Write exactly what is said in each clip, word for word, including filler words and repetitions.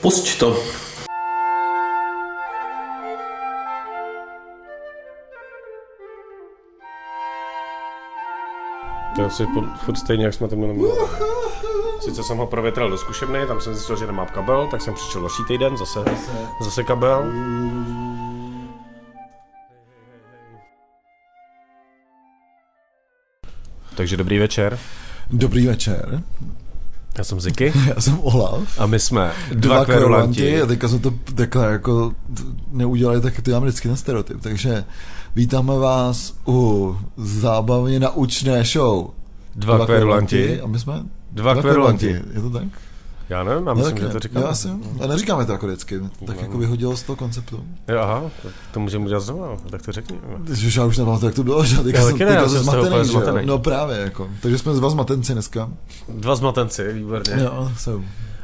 Pusť to. To je asi furt stejně, jak jsme tam měli. Sice jsem ho provětral do zkušebny, tam jsem zjistil, že nemám kabel, tak jsem přišel další týden, zase, zase kabel. Takže dobrý večer. Dobrý večer. Já jsem Ziky. Já jsem Olaf. A my jsme dva, dva kverulanti. A teďka jsme to takhle jako neudělali, tak to mám vždycky ten stereotyp. Takže vítáme vás u zábavně naučné show. Dva, dva kverulanti. kverulanti. A my jsme dva, dva kverulanti. kverulanti. Je to tak? Já nevím, já myslím, že to říkáme. Já jsem, a neříkáme to jako vždycky, tak no. Jako vyhodilo z toho konceptu. Jo, aha, tak to můžeme udělat znovu, tak to řekni. Že já už nevím, jak to bylo, že teďka jsem, teďka jsem zmatený, že jo? No právě, jako. Takže jsme dva zmatenci dneska. Dva zmatenci, výborně. Jo, jsou. Uh,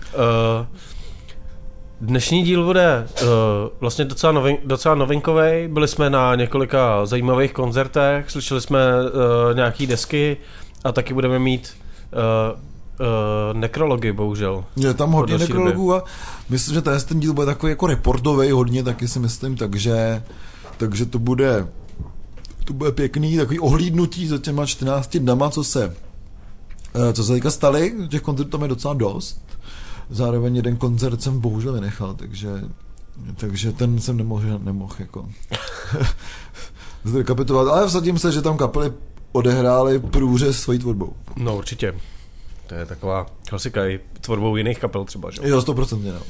dnešní díl bude uh, vlastně docela, novin, docela novinkovej, byli jsme na několika zajímavých koncertech, slyšeli jsme uh, nějaký desky a taky budeme mít uh, Uh, nekrology, bohužel. Je tam hodně nekrologů a myslím, že ten díl bude takový jako reportovej hodně, taky si myslím, takže, takže to bude to bude pěkný, takový ohlídnutí za těma čtrnácti dnama, co se co se teďka staly, těch koncertů tam je docela dost. Zároveň jeden koncert jsem bohužel vynechal, takže takže ten jsem nemohl, nemohl jako zrekapitulovat, ale vsadím se, že tam kapely odehrály průřez svojí tvorbou. No určitě. To je taková klasika i tvorbou jiných kapel třeba, že? Jo, sto procent, no.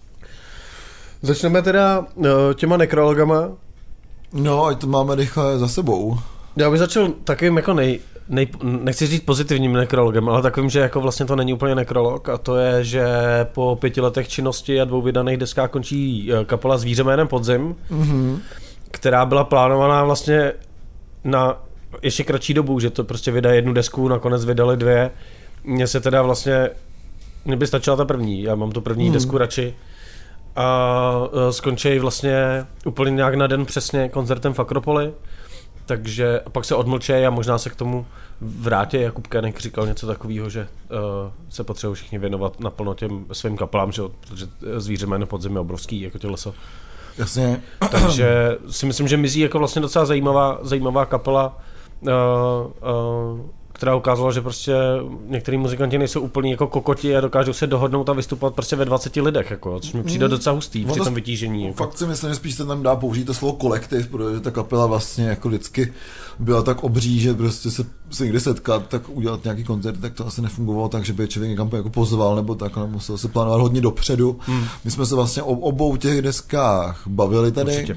Začneme teda uh, těma nekrologama. No, ať to máme rychle za sebou. Já bych začal takovým jako nej, nej, nechci říct pozitivním nekrologem, ale takovým, že jako vlastně to není úplně nekrolog a to je, že po pěti letech činnosti a dvou vydaných deskách končí kapela Zvíře jménem Podzim, mm-hmm. která byla plánovaná vlastně na ještě kratší dobu, že to prostě vydá jednu desku, nakonec vydali dvě. Mně se teda vlastně, mně by stačila ta první, já mám tu první hmm. desku radši a skončí vlastně úplně nějak na den přesně koncertem v Akropoli, takže pak se odmlčej a možná se k tomu vrátí. Jakub Kenek říkal něco takového, že uh, se potřebují všichni věnovat naplno těm svým kapelám, že, protože Zvíře jméno Podzim je obrovský, jako těleso. Jasně. Takže si myslím, že Mizí jako vlastně docela zajímavá, zajímavá kapela, uh, uh, která ukázala, že prostě některý muzikanti nejsou úplně jako kokoti a dokážou se dohodnout a vystupovat prostě ve dvaceti lidech, jako, což mi přijde docela hustý při tom vytížení. Jako. Fakt si myslím, že spíš se tam dá použít to slovo kolektiv, protože ta kapela vlastně jako vždycky byla tak obří, že prostě se, se někdy setkat, tak udělat nějaký koncert, tak to asi nefungovalo tak, že by člověk někam jako pozval nebo tak, ale musel se plánovat hodně dopředu. Hmm. My jsme se vlastně o obou těch deskách bavili tady. Určitě.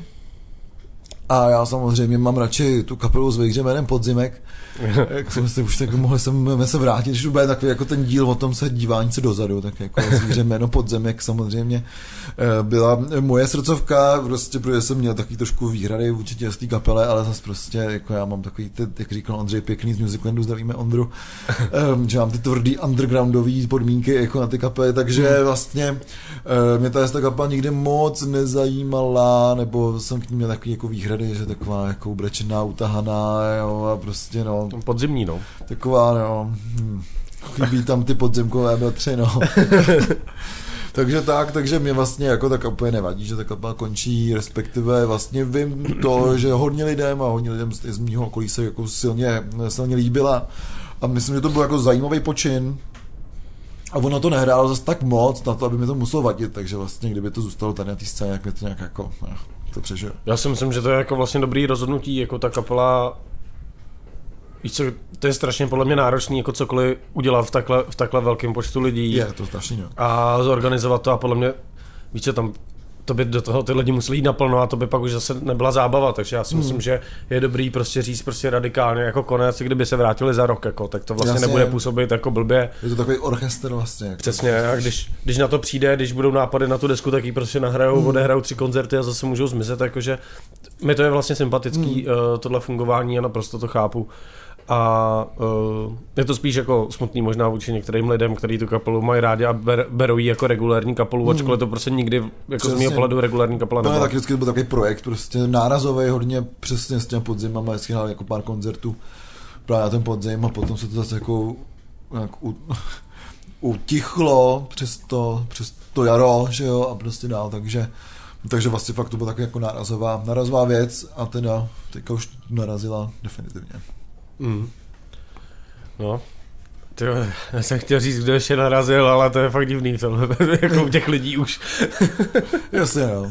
A já samozřejmě mám radši tu kapelu s Zvíře jménem Podzimek. Jak jsme se už tak mohli jsme se vrátit, když bude takový jako ten díl o tom se dívání se dozadu, tak jako Zvíře jméno Podzimek samozřejmě byla moje srdcovka, prostě protože jsem měl takový trošku výhrady určitě z té kapele, ale zase prostě jako já mám takový, ty, jak říkal Ondřej Pěkný z Musiclandu, zdravíme Ondru, že mám ty tvrdý undergroundový podmínky jako na ty kapely, takže vlastně mě ta ta kapela nikdy moc nezajímala, nebo jsem k ní měl takový jako výhrady, že taková jako ubrečená, utahaná, jo, a prostě no. Podzimní, no. Taková, no. Hm. Chybí tam ty podzimkové bratři, no. Takže tak, takže mě vlastně jako tak úplně nevadí, že ta kapela končí, respektive vlastně vím to, že hodně lidem a hodně lidem z mýho okolí se jako silně, silně líbila a myslím, že to byl jako zajímavý počin. A ono to nehrálo zase tak moc na to, aby mi to muselo vadit, takže vlastně kdyby to zůstalo tady na té scéně, jak mi to nějak jako no, to přežil. Já si myslím, že to je jako vlastně dobrý rozhodnutí, jako ta kapela, víš co, to je strašně podle mě náročný, jako cokoliv udělat v takhle, v takhle velkém počtu lidí. Je to strašně, jo. A zorganizovat to a podle mě, víš co, tam to by do toho ty lidi museli jít naplno a to by pak už zase nebyla zábava, takže já si myslím, hmm. že je dobrý prostě říct prostě radikálně jako konec, kdyby se vrátili za rok, jako, tak to vlastně Jasně. nebude působit jako blbě. Je to takový orchestr vlastně. Jako Přesně, a když, když na to přijde, když budou nápady na tu desku, tak ji prostě nahrajou, hmm. odehrajou tři koncerty a zase můžou zmizet, jakože mi to je vlastně sympatický hmm. uh, tohle fungování a naprosto to chápu. A uh, je to spíš jako smutný možná vůči některým lidem, kteří tu kapelu mají rádi a ber, berou ji jako regulární kapelu, hmm. ačkoliv to prostě nikdy jako z mého pohledu regulární kapela nebyla. No, tak vždycky byl takový projekt, prostě nárazový hodně přesně s těmi podzimama, vždycky hrál jako pár koncertů právě na ten podzim a potom se to zase jako, jako utichlo přes to, přes to jaro, že jo, a prostě dál, takže takže vlastně fakt to byla taková jako nárazová, nárazová věc a teda teďka už narazila definitivně. Mm. No, tyjo, já jsem chtěl říct, kdo ještě narazil, ale to je fakt divný tohle, jako u těch lidí už. Jasně, no.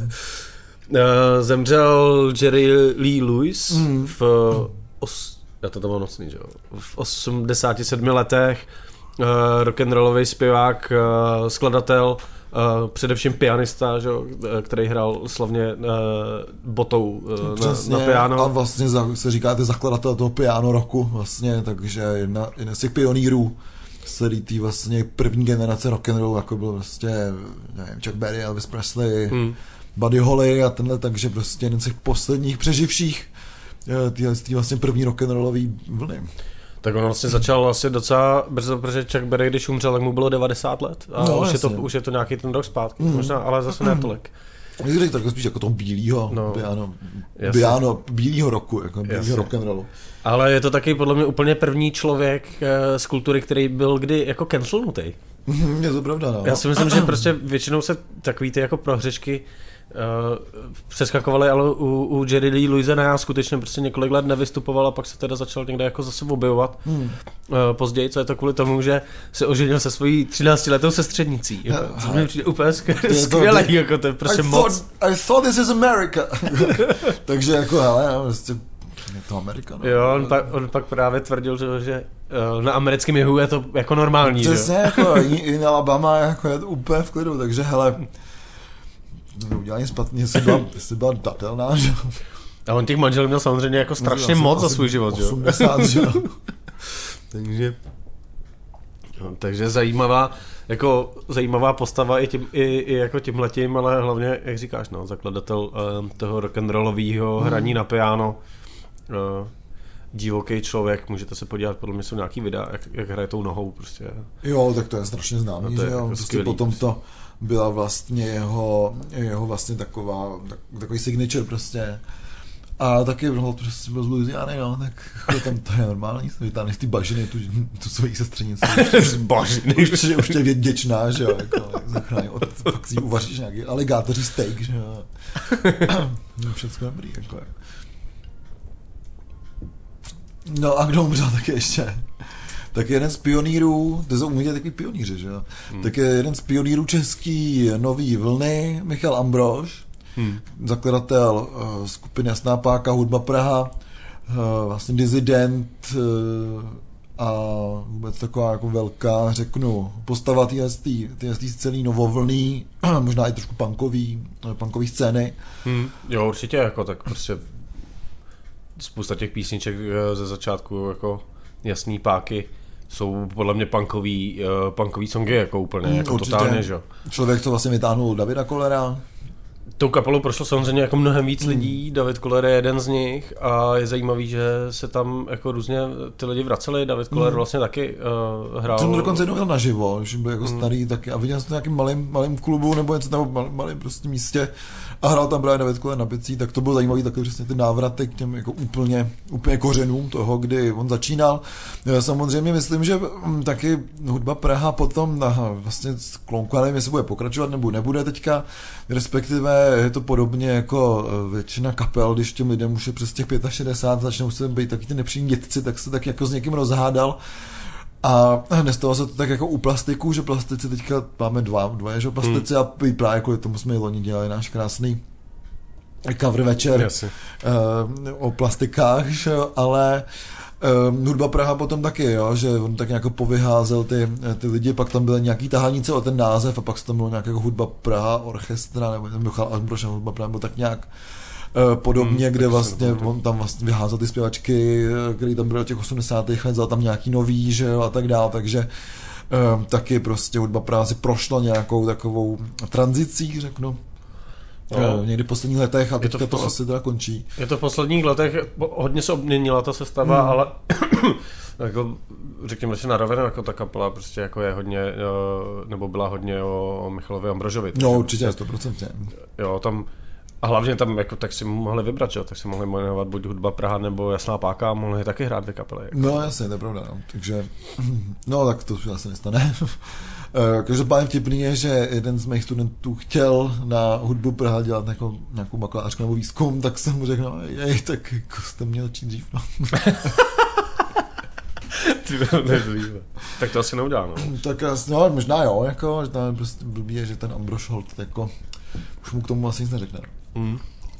Zemřel Jerry Lee Lewis mm. v, os, já to tam mám nocný, že jo, v osmdesáti sedmi letech, uh, rock'n'rollový zpěvák, uh, skladatel, Uh, především pianista, že, který hrál slavně uh, botou uh, Přesně, na, na piano. A vlastně za, se říkáte zakladatel toho piano roku, vlastně, takže jedna, jedna z těch pionýrů celý tý vlastně první generace rock'n'rollu, jako byl prostě, nevím, Chuck Berry, Elvis Presley, hmm. Buddy Holly a tenhle, takže prostě jeden z těch posledních přeživších tyhle tý vlastně první rock'n'rollový vlny. Tak on vlastně začal asi docela brzo, protože Chuck Berry, když umřel, tak mu bylo devadesát let. A no, už, je to, už je to nějaký ten rok zpátky, mm. možná, ale zase ne tolik. Myslím, že tak spíš jako toho bílýho, no, piano, piano, bílýho roku, jako bílýho rock'n'rollu. Ale je to taky podle mě úplně první člověk z kultury, který byl kdy jako cancelnutý. Je to pravda, no. Já si myslím, že prostě většinou se takový ty jako prohřešky Uh, přeskakovali, ale u, u Jerry Lee Lewisa skutečně prostě několik let nevystupoval a pak se teda začal někde jako zase objevovat hmm. uh, později, co je to kvůli tomu, že se oženil se svojí třináctiletou sestřednicí. Jako, to mi přijde úplně skvělý, jako to je prostě I moc. Thought, I thought this is America. Takže jako, hele, no, prostě je to Amerika. No. Jo, on pak, on pak právě tvrdil, že, že uh, na americkém jihu je to jako normální. Přesně, jako in Alabama jako je to úplně v klidu, takže hele, neudělání špatně, jestli byla, jestli byla datelná, že? A on těch manželů měl samozřejmě jako strašně moc za svůj život, že? osmdesát, že? takže, no, takže zajímavá, jako zajímavá postava i, tím, i, i jako tímhletím, ale hlavně, jak říkáš, no, zakladatel uh, toho rock'n'rollového hmm. hraní na piano, uh, divoký člověk, můžete se podívat, podle mě jsou nějaký videa, jak, jak hraje tou nohou prostě. Jo, tak to je strašně známý, že jo, prostě potom to byla vlastně jeho, jeho vlastně taková, tak, takový signature prostě. A taky byl prostě byl z Louisiany, no, tak tam to je normální, vytáhneš ty bažiny, tu, tu svojí sestřenici. Z bažiny. Už, už tě je vděčná, že jo, jako, zachrání, pak si uvaříš nějaký aligátoří steak, že jo. Všechno dobrý, jako. No a kdo umřel taky ještě? Tak je jeden z pionýrů, to jsou umíte takový pionýři, že jo? Hmm. Tak je jeden z pionýrů český nový vlny, Michal Ambrož, hmm. zakladatel uh, skupiny Jasná páka, Hudba Praha, uh, vlastně disident uh, a vůbec taková jako velká, řeknu, postava téhle celý novovlný, možná i trošku punkový, punkový scény. Hmm. Jo, určitě, jako tak prostě spousta těch písniček ze začátku jako Jasný páky jsou podle mě punkový, uh, punkový songy jako úplně, jako určitě. Totálně, že jo. Člověk, co vlastně vytáhnul Davida Kollera. Tou kapelou prošlo samozřejmě jako mnohem víc lidí, hmm. David Koller je jeden z nich a je zajímavý, že se tam jako různě ty lidi vraceli, David Koller hmm. vlastně taky uh, hrál. Jsem dokonce jednou měl naživo, že byl jako hmm. starý taky a viděl jsem to v nějakým malým, malým klubu nebo něco nebo mal, malým prostě místě a hrál tam právě David Koller na bicí, tak to bylo zajímavý takový přesně ty návraty k těm jako úplně, úplně kořenům toho, kdy on začínal. Já samozřejmě myslím, že m, taky Hudba Praha potom na vlastně sklonku, nevím, jestli bude pokračovat nebo nebude teďka, respektive je to podobně jako většina kapel, když těm lidem už je přes těch šedesát pět, začnou se být taky ty nepříjemní dětci, tak se tak jako s někým rozhádal. A nestalo se to tak jako u plastiků, že plastici teďka máme dva, dva že plastici hmm. a právě kvůli tomu jsme i loni dělali náš krásný cover večer uh, o plastikách, že? Ale Uh, Hudba Praha potom taky, jo, že on tak nějak povyházel ty, ty lidi, pak tam byly nějaký tahanice o ten název a pak tam bylo nějaká Hudba Praha orchestra, nebo Michal Ambrož Hudba Praha, nebo tak nějak uh, podobně, hmm, kde vlastně on tam vlastně vyházel ty zpěvačky, který tam byly od těch osmdesátých let, vzal tam nějaký nový, že jo, a tak dál, takže uh, taky prostě Hudba Praha si prošla nějakou takovou tranzicí, řeknu. No, někdy v posledních letech a teďka to, to posl... asi teda končí. Je to v posledních letech, hodně se obměnila ta sestava, hmm. ale jako, řekněme si na rovinu, jako ta kapela prostě jako je hodně, nebo byla hodně o Michalovi Ambrožovi. No určitě, sto procent. Jo, tam A hlavně tam jako, tak si mohli vybrat, čo? Tak si mohli jmenovat buď Hudba Praha nebo Jasná Páka a mohli taky hrát dvě kapely. Jako. No jasně, to je pravda. No. Takže, no tak to už asi nestane. Každopádně vtipný je, že jeden z mých studentů chtěl na Hudbu Praha dělat nějakou, nějakou bakalářku nebo výzkum, tak jsem mu řekl, no jej, tak jako jste měl čít dřív, no. Tak to asi neudělá, no. Tak no, možná jo, jako, možná prostě blbý je, že ten Ambrož Holt, jako, už mu k tomu asi nic neřekne. Mm.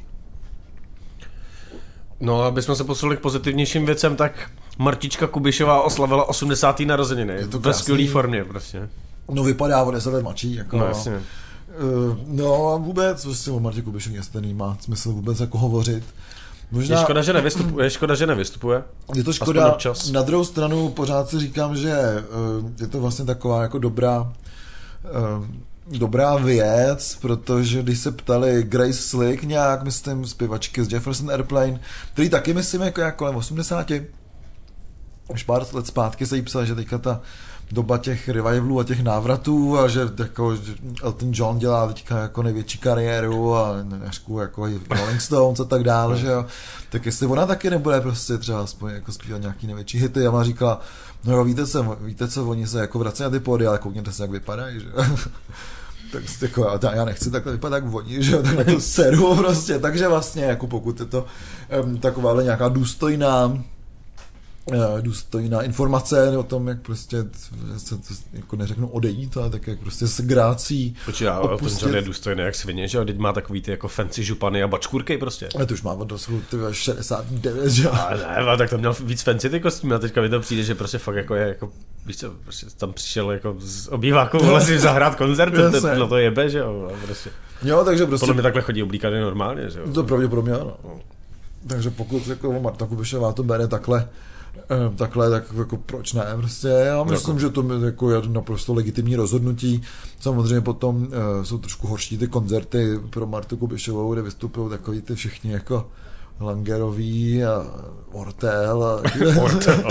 No, abychom se posunuli k pozitivnějším věcem, tak Martička Kubišová oslavila osmdesátý narozeniny. Ve skvělý formě, prostě. No vypadá o deset let mladší, jako. No, jasně. Uh, no a vůbec, prostě o Martě Kubišový jestli má smysl vůbec jako hovořit. Možná... Je škoda, že nevystupuje. Je škoda, že nevystupuje. Je to škoda. Na druhou stranu pořád si říkám, že uh, je to vlastně taková jako dobrá uh, dobrá věc, protože když se ptali Grace Slick nějak, myslím, zpěvačky z Jefferson Airplane, který taky myslím jako jak kolem osmdesáti, už pár let zpátky se jí psala, že teďka ta doba těch revivalů a těch návratů a že jako Elton John dělá teďka jako největší kariéru a nešku jako Rolling Stones a tak dále, že jo. Tak jestli ona taky nebude prostě třeba aspoň jako zpívat nějaký největší hity, a ona říkala, no jo, víte co, víte co, oni se jako vrací na ty pódy, ale koukněte se, jak vypadají, že jo. Tak jako, já nechci takhle vypadat jak oni, že jo, tak na to seru prostě, takže vlastně jako pokud je to um, takováhle nějaká důstojná důstojná informace o tom, jak prostě se to jako neřeknu odejít, ale tak jak prostě s grácí Počkej, ale ten John je důstojný jak svině, že jo, teď má takový ty jako fancy župany a bačkůrky prostě. Ale to už má od dosud šedesát devět, že jo. Ale ne, ale tak to měl víc fancy ty kostýmy a teďka mi to přijde, že prostě fakt jako je jako, víš co, prostě tam přišel jako z obýváku, vole si zahrát koncert, to, no to jebe, že jo, prostě. Jo, takže prostě. Podle mě takhle chodí oblíkaný normálně, že jo. To pravděpodobně ano. No. Takže pokud jako Marta Kubišová to bere takhle takhle, tak jako proč ne, prostě já myslím, že to jako je naprosto legitimní rozhodnutí. Samozřejmě potom uh, jsou trošku horší ty koncerty pro Martu Kubišovou, kde vystupují takový ty všichni jako Langerový a Ortel a Ortel.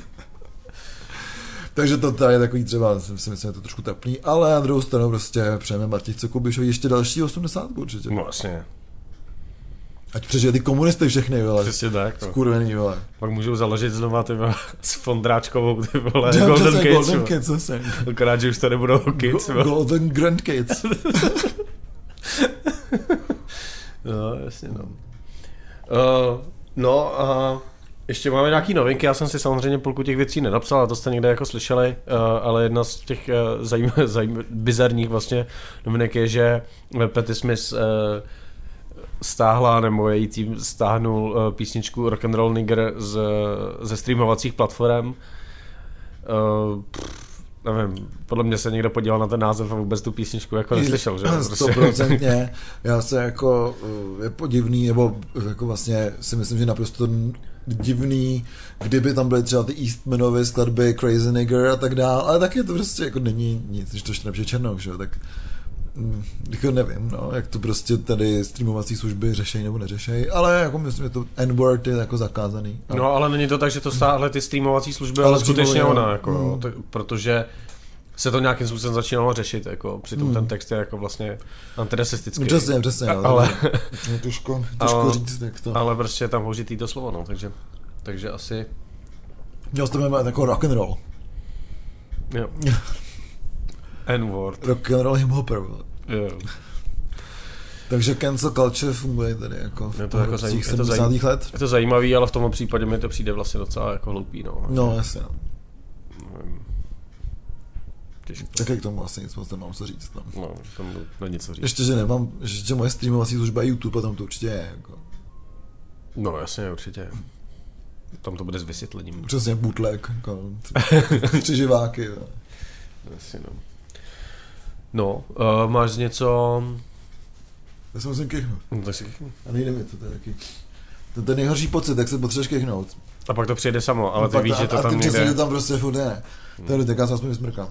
Takže to tady je takový třeba, si myslím, že je to trošku teplý, ale na druhou stranu prostě přejeme Martičce Kubišový ještě další osmdesátku určitě. No vlastně. Ať přežije ty komunisty všechny, vole. Přesně tak. Skurvený, vole. Pak můžou založit znova ty vole, s Fondráčkovou, ty vole, ja, Golden Kids. Golden Kids, zase. Akorát, že už to nebudou Kids. Go, Golden Grandkids. No, jasně, no. Uh, no a uh, ještě máme nějaký novinky, já jsem si samozřejmě půlku těch věcí nenapsal, a to jste někde jako slyšeli, uh, ale jedna z těch uh, zajím, zajím, bizarních vlastně novinek je, že Patti Smith uh, stáhla, nebo její tým stáhnul uh, písničku Rock'n'Roll Nigger z, ze streamovacích platform. Uh, pff, nevím, podle mě se někdo podíval na ten název a vůbec tu písničku jako neslyšel, že? Stoprocentně. Já se jako, je podivný, nebo jako vlastně si myslím, že naprosto divný, kdyby tam byly třeba ty Eastmanovy skladby Crazy Nigger a tak dále, ale taky to prostě jako není nic, když to ještě nepřijde Černou, že jo, tak jako nevím, no, jak to prostě tady streamovací služby řešejí nebo neřešejí, ale jako myslím, že to N-word je jako zakázaný. No, no ale není to tak, že to stáhle ty streamovací služby, ale, ale skutečně ona, jako, mm. jo, to, protože se to nějakým způsobem začínalo řešit, jako přitom mm. ten text je jako vlastně antirasistický. Přesně, přesně, ale, ale no, těžko, těžko říct, jak to. Ale prostě tam použitý to slovo, no, takže, takže asi. Měl jste jmenovat jako rock and roll. Jo. N-word. Rock and roll hip-hopper. Jo. Takže cancel culture funguje tady jako je to jako zajím, sedmdesátých let. Je to zajímavý, ale v tom případě mi to přijde vlastně docela jako hloupý, no. No, jasně. Těžko. Tak jak k tomu asi nic moc nemám co říct. No, no tomu není co říct. Ještě, že nemám, že moje streamovací služba je YouTube a tam to určitě je. Jako. No jasně, určitě. Tam to bude s vysvětlením. Přesně bootleg, jako, tři živáky. Jo. Jasně, no. No, uh, máš něco... Já se musím kýchnout. No, tak si kýchnu. A nejde mi to, to je taky... To je ten nejhorší pocit, jak se potřebuješ kýchnout. A pak to přijede samo, ale ty víš, že to a tam nejde. A ty někde... že tam prostě furt ne. Hmm. To je tak já se aspoň vysmrkám.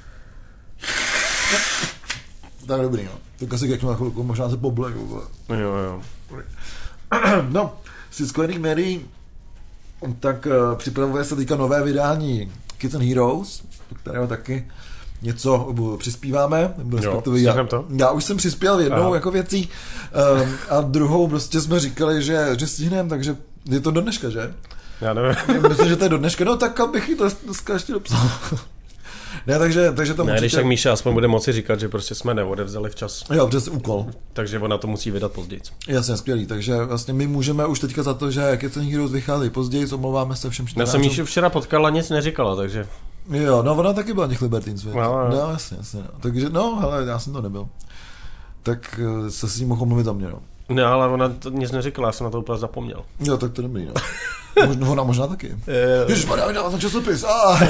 Tak dobrý, no. Tak asi kýchnu na chvilku, možná se pobleju. Jo, jo. No, si skvělých médií, tak uh, připravuje se teďka nové vydání Kids and Heroes, kterého taky něco přispíváme. Jo, já, to? já už jsem přispěl jednou Aha. jako věcí um, a druhou prostě jsme říkali, že, že stihneme, takže je to do dneška, že? Já nevím. Myslím, že to je do dneška, no tak abych ji to dneska ještě dopsal. Ne, takže, takže to ne, určitě... když tak Míša aspoň bude moci říkat, že prostě jsme neodevzali včas. Jo, přes úkol. Takže ona to musí vydat později. Jasně, skvělý, takže vlastně my můžeme už teďka za to, že Kecen Heroes vychází později, omlouváme se všem čtenářům. Já jsem Míšu včera potkala, nic neříkala, takže... Jo, no ona taky byla těch Libertines, věc. No, no. no, jasně, jasně, no. Takže, no, hele, já jsem to nebyl. Tak se s ním mohl mluvit za mě, no. Ne, ale ona to nic neříkala, já jsem na to úplně zapomněl. Jo, tak to dobrý, no. Možná, ona možná taky. Ježišmarja, vydává ten časopis, ah!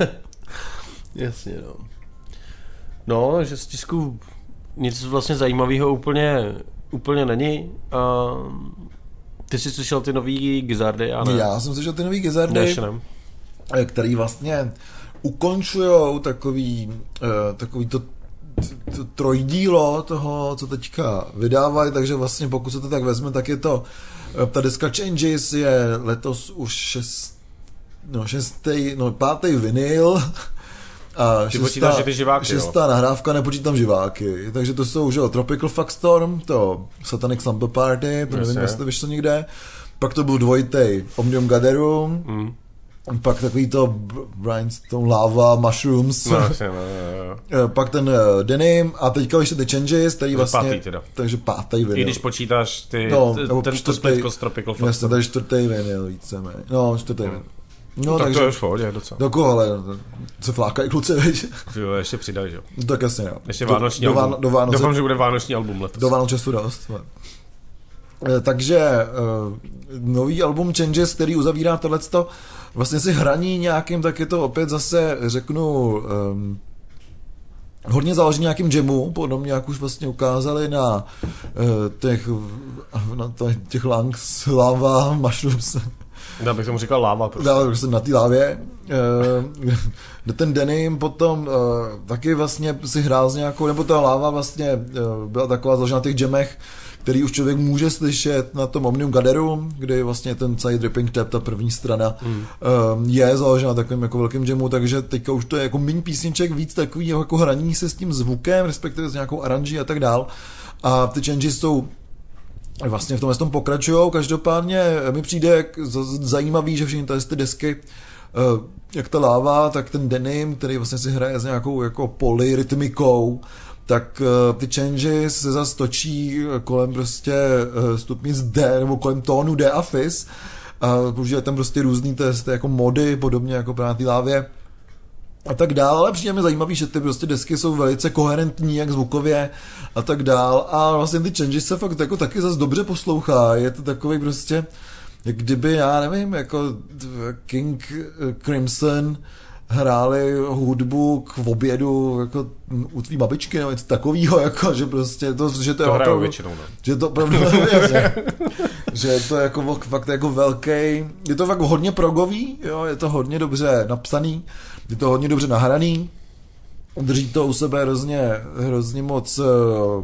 Jasně, no. No, že z tisku nic vlastně zajímavého úplně, úplně není. A ty jsi slyšel ty nový Gizzardy, já ne? Já jsem slyšel ty nový Gizzardy, Než ne. který vlastně ukončujou takový, uh, takový to, to trojdílo toho, co teďka vydávají, takže vlastně pokud se to tak vezme, tak je to, ta deska Changes je letos už šest, no šestý, no pátý vinyl, a ty počítáš, že ty živáky, šestá jo? nahrávka, nepočítám živáky, takže to jsou, že jo, Tropical Fuck Storm, to Satanic Slumber Party, to nevím, jestli to vyšlo někde, pak to byl dvojitej Omnium Gatherum, mm. pak takový to Rhinestone Lava, Mushrooms, no, no, no. pak ten uh, Denim a teďka ještě ty Changes, který vlastně, pátý teda. Takže pátý vinyl. I když počítáš ty, no, t- ten čtvrtý z Tropical Fuck. Jasně, tady čtvrtý vinyl víceméně, no čtvrtý vinyl. No, tak takže, to je v pohodě docela. Doko, ale se flákají kluci, veď. Jo, ještě přidají, jo. No, tak jasně, jo. Ještě vánoční do, album. Do, do Vánoce, doufám, že bude vánoční album letos. Do Vánoc času dost. E, takže e, nový album Changes, který uzavírá tohleto, vlastně si hraní nějakým, tak je to opět zase, řeknu, um, hodně záleží nějakým jamu, podobně jak už vlastně ukázali na uh, těch, na těch Langs, Lava, Mushrooms. Já bych tomu říkal láva. Prostě. Já prostě na té lávě. Uh, ten Denim potom uh, taky vlastně si hrál s nějakou, nebo ta láva vlastně uh, byla taková založena na těch jamech, který už člověk může slyšet na tom Omnium Gatherum, kde vlastně ten celý Dripping Tap, ta první strana, mm. uh, je založena na takovým jako velkým jamu, takže teďka už to je jako méně písniček, víc takový jako hraní se s tím zvukem, respektive s nějakou aranží a tak dál. A ty changes jsou vlastně v tomhle tom pokračujou. Každopádně mi přijde zajímavý, že všechny ty desky, jak ta láva, tak ten Denim, který vlastně si hraje s nějakou jako polyrytmikou, tak ty changes se zase točí kolem prostě stupnic D, nebo kolem tónu D a fis. A používají tam prostě různý testy jako mody, podobně jako právě na té lávě. A tak dál, ale přijde mi zajímavý, že ty prostě desky jsou velice koherentní, jak zvukově a tak dál. A vlastně ty changes se fakt jako taky zase dobře poslouchá. Je to takový prostě, jak kdyby, já nevím, jako King Crimson hráli hudbu k obědu jako u tvý babičky nebo něco takovýho, jako, že prostě to, že to, to je hrajou většinou, no. Že to opravdu, že je to jako fakt jako velký, je to fakt hodně progový, jo, je to hodně dobře napsaný, je to hodně dobře nahraný, drží to u sebe hrozně, hrozně moc uh,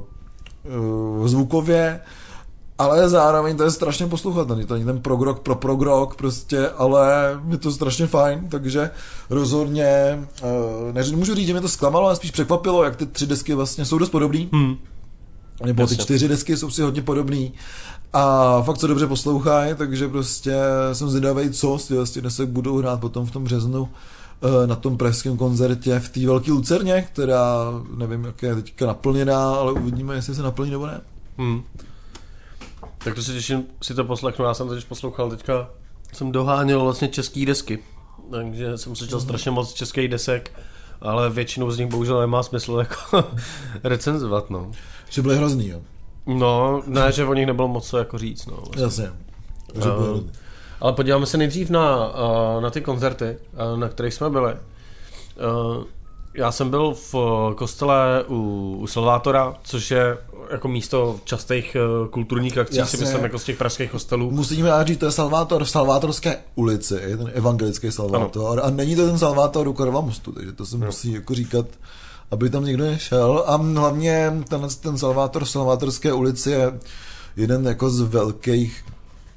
uh, zvukově, ale zároveň to je strašně poslouchatelný, to není ten progrok pro progrok prostě, ale je to strašně fajn, takže rozhodně, uh, než můžu říct, že mě to zklamalo, ale spíš překvapilo, jak ty tři desky vlastně jsou dost podobný, hmm. nebo ty čtyři desky jsou si hodně podobný a fakt se dobře poslouchají, takže prostě jsem zvědavej, co z těch desek budou hrát potom v tom březnu na tom pražském koncertě v té velké Lucerně, která nevím, jak je teďka naplněná, ale uvidíme, jestli se naplní nebo ne. Hmm. Tak to si těším, si to poslechnu, já jsem totiž poslouchal teďka, jsem doháněl vlastně český desky, takže jsem slyšel strašně moc českých desek, ale většinou z nich bohužel nemá smysl jako recenzovat, no. Že byly hrozný, jo? No, ne, že o nich nebylo moc co jako říct, no. Vlastně. Jasně, že byly hrozný. Ale podíváme se nejdřív na, na ty koncerty, na kterých jsme byli. Já jsem byl v kostele u, u Salvátora, což je jako místo častých kulturních akcí, si myslím, jako z těch pražských kostelů. Musíme říct, to je Salvátor v Salvátorské ulici, je ten evangelický Salvátor. Ano. A není to ten Salvátor u Karlova mostu, takže to se no. musí jako říkat, aby tam někdo nešel. A hlavně ten, ten Salvátor v Salvátorské ulici je jeden jako z velkých,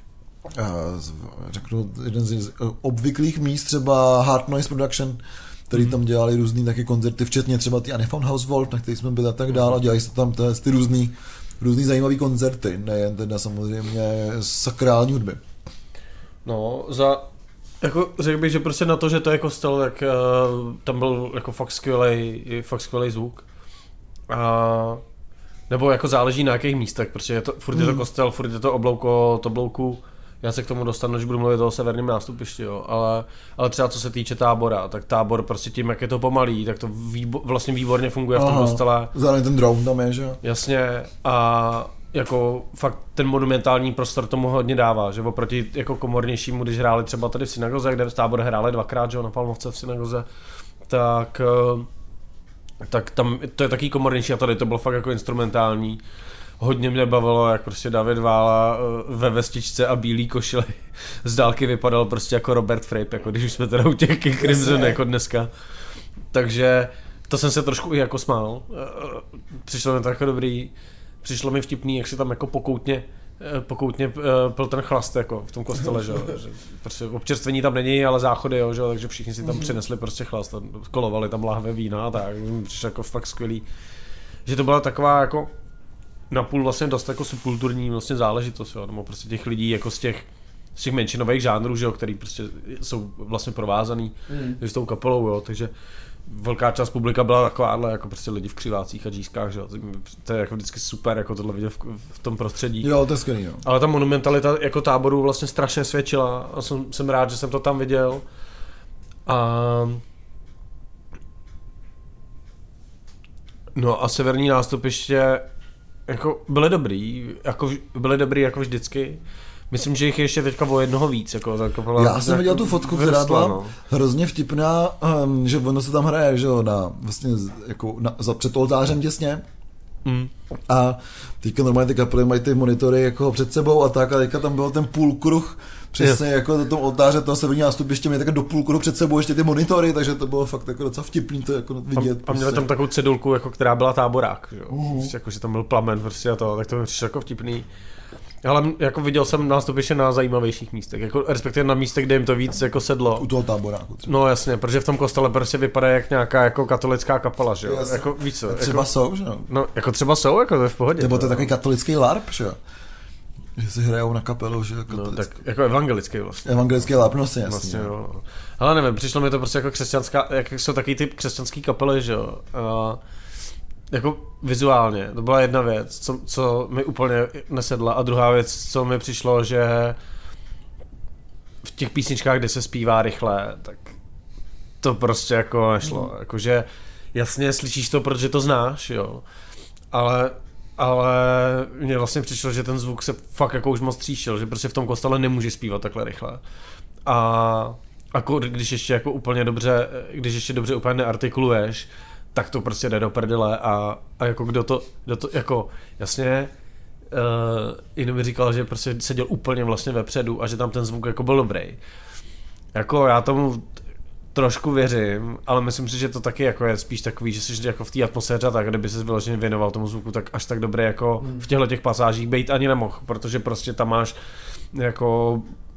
řeknu, jeden z obvyklých míst, třeba Hard Noise Production, který tam dělali různý taky koncerty, včetně třeba ty Anephone House Wolf, na který jsme byli a tak dále, dělali se tam ty, ty různý, různý zajímavý koncerty, nejen teda samozřejmě sakrální hudby. No, za, jako řekl bych, že prostě na to, že to je kostel, tak uh, tam byl jako fakt skvělej, fakt skvělej zvuk. A nebo jako záleží na jakých místech, protože je to, furt je to kostel, furt je to oblouko, to blouku. Já se k tomu dostanu, že budu mluvit o severním nástupišti, jo. Ale, ale třeba co se týče Tábora, tak Tábor prostě tím, jak je to pomalý, tak to výbo, vlastně výborně funguje v tom kostele. Zároveň ten drone tam je, že jo? Jasně, a jako fakt ten monumentální prostor tomu hodně dává, že oproti jako komornějšímu, když hráli třeba tady v synagoze, kde v Tábor hráli dvakrát, že jo, na Palmovce v synagoze, tak... tak tam to je taky komornější a tady to bylo fakt jako instrumentální. Hodně mě bavilo, jak prostě David Vála ve vestičce a bílý košile z dálky vypadal prostě jako Robert Fripp, jako když už jsme teda u těch King Crimson jako dneska. Takže to jsem se trošku i jako smál. Přišlo mi to jako dobrý, přišlo mi vtipný, jak si tam jako pokoutně pokoutně pil ten chlast jako v tom kostele, že jo. Prostě občerstvení tam není, ale záchody, jo, že jo, takže všichni si tam přinesli prostě chlast a kolovali tam lahve vína a tak. Přišlo jako fakt skvělý. Že to byla taková jako napůl vlastně dost jako subkulturní vlastně záležitost, jo, nebo prostě těch lidí jako z těch, z těch menšinových žánrů, že jo, který prostě jsou vlastně provázaný mm. s tou kapelou, jo, takže velká část publika byla takováhle jako prostě lidi v křivácích a džískách, že jo, to je jako vždycky super jako tohle vidět v, v tom prostředí. Jo, to je skvělý, jo. Ale ta monumentalita jako Táboru vlastně strašně svědčila a jsem, jsem rád, že jsem to tam viděl. A no a severní nástupiště jako byly dobrý, jako byly dobrý jako vždycky. Myslím, že jich je ještě teďka o jednoho víc. Jako, jako já jsem viděl tu fotku, která byla no. hrozně vtipná, um, že ono se tam hraje, že jo, na, vlastně jako na, za před oltářem těsně. Mm. A teďka normálně ty kapely mají ty monitory jako před sebou a tak, a teďka tam byl ten půlkruh, přesně je. Jako do tom oltáře toho severního nástupiště měli tak do půlkruhu před sebou ještě ty monitory, takže to bylo fakt jako docela vtipný to jako vidět. A, a měli tam takovou cedulku, jako, která byla Táborák, že? Uh. Prostě, jako, že tam byl plamen prostě a to, tak to mi přišlo jako vtipný. Ale jako viděl jsem nástupiště na zajímavějších místech, jako respektive na místech, kde jim to víc jako sedlo. U toho Táboráku třeba. No jasně, protože v tom kostele prostě vypadá jak nějaká jako katolická kapela, že jo? Jako víc co? Třeba jako, jsou, že jo? No, jako třeba jsou, jako to je v pohodě. Nebo to je takový katolický larp, že jo? Že si hrajou na kapelu, že jako... No, tak jako evangelický vlastně. Evangelický larp, no si jasně. Vlastně, jo. No. Ale nevím, přišlo mi to prostě jako křesťanská, jak jsou takový typ křesťanský kapely, že jo? A jako vizuálně, to byla jedna věc, co, co mi úplně nesedla, a druhá věc, co mi přišlo, že v těch písničkách, kde se zpívá rychle, tak to prostě jako nešlo, mm. jakože jasně slyšíš to, protože to znáš, jo, ale, ale mně vlastně přišlo, že ten zvuk se fakt jako už moc tříšil, že prostě v tom kostele nemůže zpívat takhle rychle a jako když ještě jako úplně dobře, když ještě dobře úplně neartikuluješ, tak to prostě jde do prdele a, a jako kdo to, kdo to jako jasně uh, jiný mi říkal, že prostě seděl úplně vlastně vepředu a že tam ten zvuk jako byl dobrý. Jako já tomu trošku věřím, ale myslím si, že to taky jako je spíš takový, že jsi jako v té atmosféře tak, kdyby se vyloženě věnoval tomu zvuku, tak až tak dobré jako hmm. v těchto těch pasážích být ani nemohl, protože prostě tam máš jako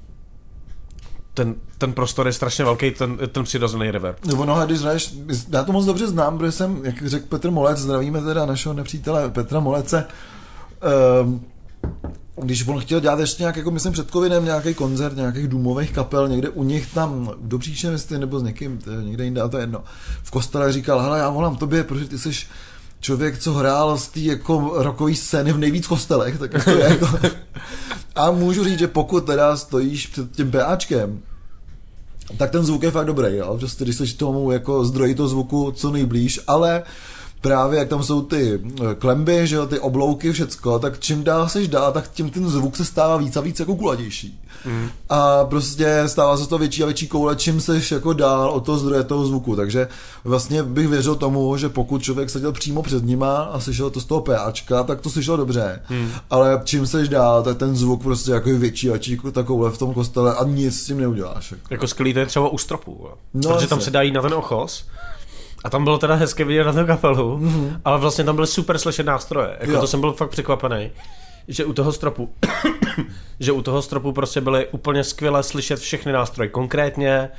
Ten, ten prostor je strašně velký, ten, ten přirozený reverb. Ono, když hraješ, já to moc dobře znám, protože jsem, jak řekl Petr Molec, zdravíme teda našeho nepřítele Petra Molece, um, když on chtěl dělat ještě nějak, jako myslím před covidem, nějaký koncert nějakých důmových kapel, někde u nich tam, do Příšem, jestli nebo s někým, někde jinde, a to je jedno, v kostele říkal, hele, já volám tobě, protože ty jsi člověk, co hrál z té jako rockové scény v nejvíc kostelech, tak to je jako... A můžu říct, že pokud teda stojíš před tím PAčkem, tak ten zvuk je fakt dobrý, jo? Prostě když jsi tomu jako zdroji toho zvuku co nejblíž, ale právě jak tam jsou ty klemby, že jo, ty oblouky, všecko, tak čím dál seš dál, tak tím ten zvuk se stává víc a víc jako kulatější. Mm. A prostě stává se to větší a větší koule, čím seš jako dál od toho zdroje toho zvuku, takže vlastně bych věřil tomu, že pokud člověk seděl přímo před nima a slyšel to z toho PAčka, tak to slyšel dobře, mm. ale čím seš dál, tak ten zvuk prostě jako je větší a větší ta koule v tom kostele a nic s tím neuděláš. Jako, jako skvělý to je třeba u stropu, no, protože tam se dá jít na ten ochos. A tam bylo teda hezké vidět na tu kapelu, mm-hmm. ale vlastně tam byly super slyšet nástroje. Jako to jsem byl fakt překvapený, že u toho stropu, že u toho stropu prostě byly úplně skvěle slyšet všechny nástroje. Konkrétně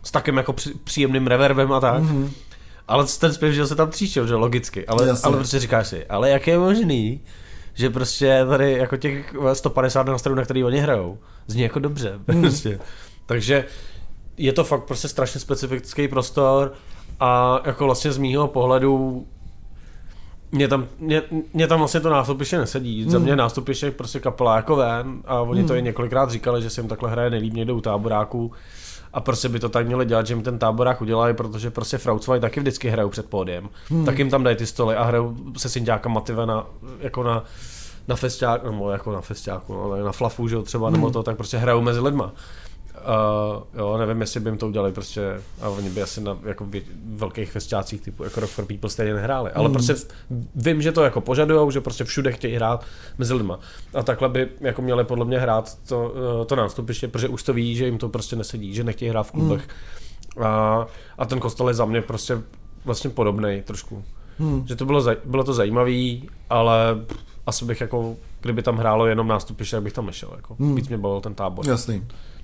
s takým jako při, příjemným reverbem a tak. Mm-hmm. Ale ten zpěv, že se tam tříšil, že logicky, ale, ale prostě říkáš si, ale jak je možný, že prostě tady jako těch sto padesát nástrojů, na který oni hrajou, zní jako dobře, mm. prostě. Takže je to fakt prostě strašně specifický prostor a jako vlastně z mýho pohledu mě tam, mě, mě tam vlastně to nástupiště nesedí. Mm. Za mě nástupiště prostě kapela jako ven a oni mm. to i několikrát říkali, že se jim takhle hraje nejlíp někde u táboráků a prostě by to tak měli dělat, že jim ten táborák udělají, protože prostě Frautzwei taky vždycky hrajou před pódiem. Mm. Tak jim tam dají ty stoly a hrajou se synťákama tyve na, jako na, na festiáku, nebo jako na festiáku, no, na flafu, že třeba, mm. nebo to, tak prostě hrajou mezi lidma. Uh, jo, nevím, jestli by jim to udělali prostě, a oni by asi na jako v velkých festiácích typu jako Rock for People stejně nehráli, ale mm. prostě vím, že to jako požadujou, že prostě všude chtějí hrát mezi lidma a takhle by jako měli podle mě hrát to, to nástupiště, protože už to ví, že jim to prostě nesedí, že nechtějí hrát v klubech mm. a, a ten kostel je za mě prostě vlastně podobnej trošku, mm. že to bylo, zaj, bylo to zajímavý, ale asi bych jako, kdyby tam hrálo jenom nástupiště, tak bych tam nešel, jako mm. víc mě bavil ten tábor. Jasný.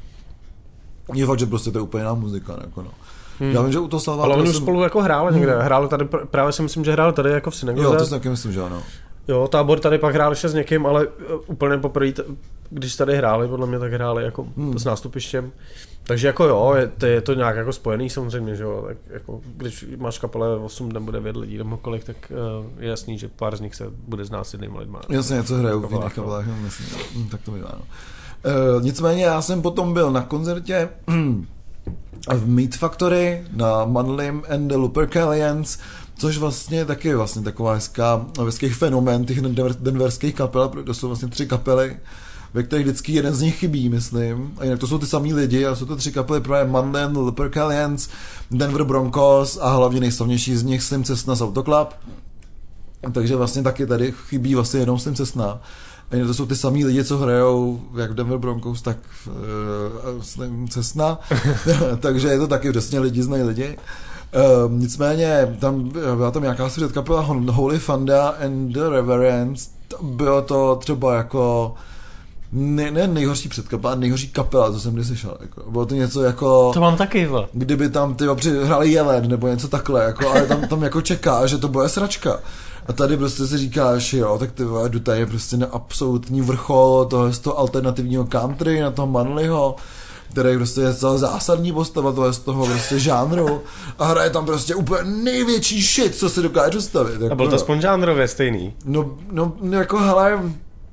Je fakt, že prostě to je úplně jiná muzika, jako no. Hmm. Já vím, že u toho Salvátora... Ale oni už jsem... spolu jako hráli někde, hmm. hráli tady, právě si myslím, že hráli tady jako v synagoze. Jo, to si taky myslím, že ano. Jo, tábor tady pak hráli ještě s někým, ale úplně poprvé, když tady hráli, podle mě tak hráli jako hmm. s nástupištěm. Takže jako jo, je to, je to nějak jako spojený samozřejmě, že jo, tak jako když máš kapele osm nebo devět lidí nebo kolik, tak uh, je jasný, že pár z nich se bude znát s jinýma lidma. Jasně, něco hrajou v jiných kapelách, no, myslím, no. Tak to bývá, no. Uh, nicméně já jsem potom byl na koncertě v Meat Factory na Manlim and the Lupercalians, což vlastně taky je vlastně taková hezká, hezký fenomén těch denverských kapel, protože to jsou vlastně tři kapely, ve kterých vždycky jeden z nich chybí, myslím, a jinak to jsou ty samý lidi, a jsou to tři kapely, právě Manlim, Lupercalians, Denver Broncos a hlavně nejslavnější z nich Slim Cessna z Autoclub, takže vlastně taky tady chybí vlastně jenom Slim Cessna. A to jsou ty samý lidi, co hrajou jak v Denver Broncos, tak uh, Cessna, takže je to taky přesně lidi znají lidi. Uh, nicméně tam byla tam nějaká střed kapela Holy Fanda and the Reverence, bylo to třeba jako ne, ne nejhorší předkapela, nejhorší kapela, co jsem kdy slyšel. Jako. Bylo to něco jako... To mám taky, vo. Kdyby tam ty hráli Jelen nebo něco takhle, jako, ale tam, tam jako čeká, že to bude sračka. A tady prostě si říkáš, jo, tak ty vole, jdu tady prostě na absolutní vrchol toho, toho alternativního country, na toho Manlyho, který prostě je celá zásadní postava toho, z toho prostě žánru a hraje tam prostě úplně největší shit, co se dokáže dostavit. Jako, a byl to aspoň žánrově stejný? No, no, jako hele,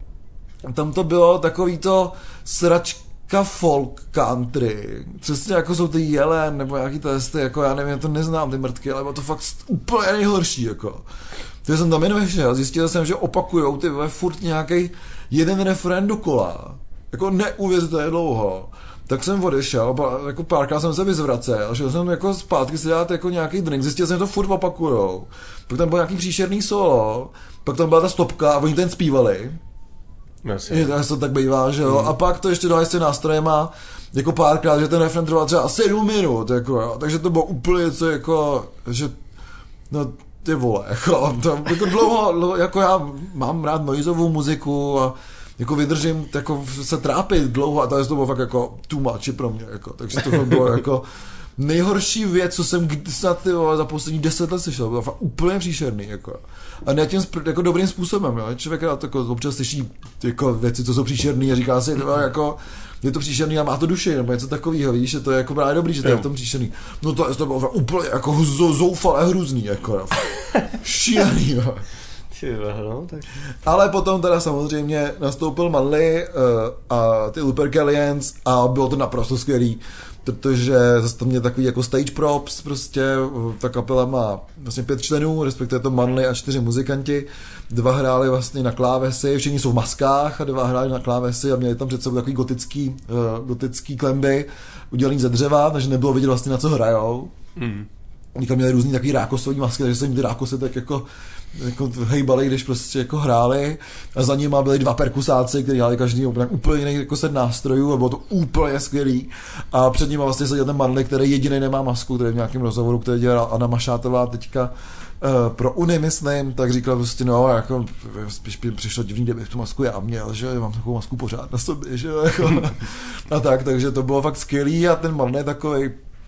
tam to bylo takový to sračka folk country, přesně jako jsou ty Jelen, nebo nějaký testy, jako já nevím, já to neznám, ty mrtky, ale bylo to fakt úplně nejhorší, jako. Takže jsem tam jen vešel, zjistil jsem, že opakujou ty furt nějaký jeden referén dokola, jako neuvěřitelně dlouho. Tak jsem odešel, jako párkrát jsem se vyzvracel, šel jsem jako zpátky si dát jako nějaký drink, zjistil jsem, že to furt opakujou. Pak tam byl nějaký příšerný solo, pak tam byla ta stopka a oni ten zpívali. Je, to tak bývá, že jo, hmm. A pak to ještě dali s těmi nástrojema, jako párkrát, že ten refrén trval třeba sedm minut, jako jo, takže to bylo úplně něco jako, že, no, ty vole, jako, to, jako dlouho, jako já mám rád noizovou muziku a jako vydržím jako se trápit dlouho a to bylo fakt jako too much pro mě, jako, takže to bylo jako nejhorší věc, co jsem snad za poslední deset let slyšel, bylo fakt úplně příšerný, jako. A ne tím jako dobrým způsobem, jo. Člověk jako občas slyší jako věci, co jsou příšerný a říká si, to jako je to příšerný a má to duši, nebo něco takového, víš, že to je jako právě dobrý, že to je v tom příšerný. No to, to bylo úplně jako zoufalé hrůzný, jako, šílený, jo. No, tak. Ale potom teda samozřejmě nastoupil Manly uh, a ty Lupercalians a bylo to naprosto skvělý, protože zase to mě takový jako stage props, prostě ta kapela má vlastně pět členů, respektive to Manly a čtyři muzikanti, dva hráli vlastně na klávesy, všichni jsou v maskách a dva hráli na klávesy a měli tam před sebou takový gotický, uh, gotický klemby udělaný ze dřeva, takže nebylo vidět vlastně na co hrajou. Mm. Oni měli různý takový rákosový masky, takže se jim ty rákosy tak jako jako hejbali, když prostě jako hráli a za nima byli dva perkusáci, kteří hráli každý úplně jiný jako set nástrojů a bylo to úplně skvělý a před nima vlastně seděl ten Manly, který jediný nemá masku, který v nějakém rozhovoru, který dělala Anna Mašátová teďka uh, pro Uni, myslím, tak říkal prostě no, jako spíš přišlo divný, kdybych tu masku já měl, že mám takovou masku pořád na sobě, že jako a tak, takže to bylo fakt skvělý a ten Manly takovej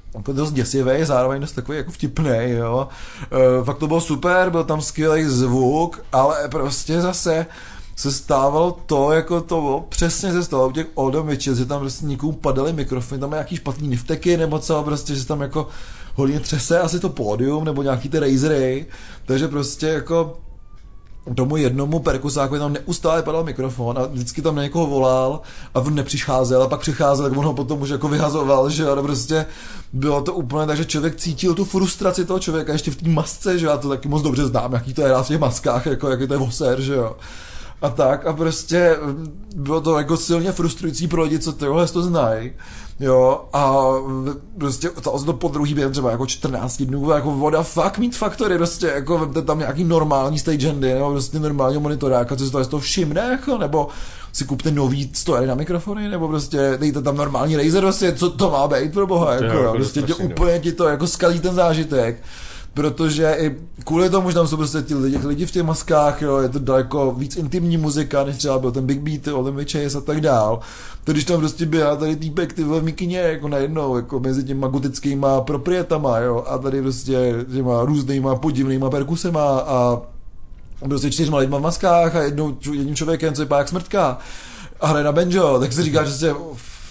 jako dost děsivý, zároveň dost takový jako vtipnej, jo. E, fakt to bylo super, byl tam skvělý zvuk, ale prostě zase se stávalo to, jako to bylo, přesně se stalo u těch Oldham Witches, že tam prostě nikomu padaly mikrofony, tam má nějaký špatný nifteky, nebo co, prostě, že tam jako hodně třese asi to pódium, nebo nějaký ty razery, takže prostě jako tomu jednomu perkusákovi tam neustále padal mikrofon a vždycky tam na někoho volal a on nepřicházel a pak přicházel, tak on ho potom už jako vyhazoval, že jo, prostě bylo to úplně tak, že člověk cítil tu frustraci toho člověka ještě v té masce, že já to taky moc dobře znám, jaký to je rád v těch maskách, jako jaký to je voser, že jo. A tak a prostě bylo to jako silně frustrující pro lidi, co tohle to znají, jo, a prostě to, to po druhý během třeba jako čtrnáct dnů, jako voda fuck meat factory, prostě jako vemte tam nějaký normální stagehandy, nebo prostě normální monitoráka, co si to, to všimne, jako, nebo si kupte nový stojery na mikrofony, nebo prostě dejte tam normální Razer, prostě, co to má být pro boha, jako, jo, prostě tě úplně ti to jako skalí ten zážitek. Protože i kvůli tomu, že tam jsou prostě ti lidi, lidi v těch maskách, jo, je to daleko víc intimní muzika, než třeba byl ten Big Beat, Oldham Witches a tak dál. To když tam prostě běhá tady týpek, ty v mikině, jako najednou, jako mezi těma gotickýma proprietama, jo, a tady prostě těma různýma podivnýma perkusema a prostě čtyřma lidma v maskách a jednou, jedním člověkem, co vypadá jak smrtka a hraje na banjo, tak si říká, že se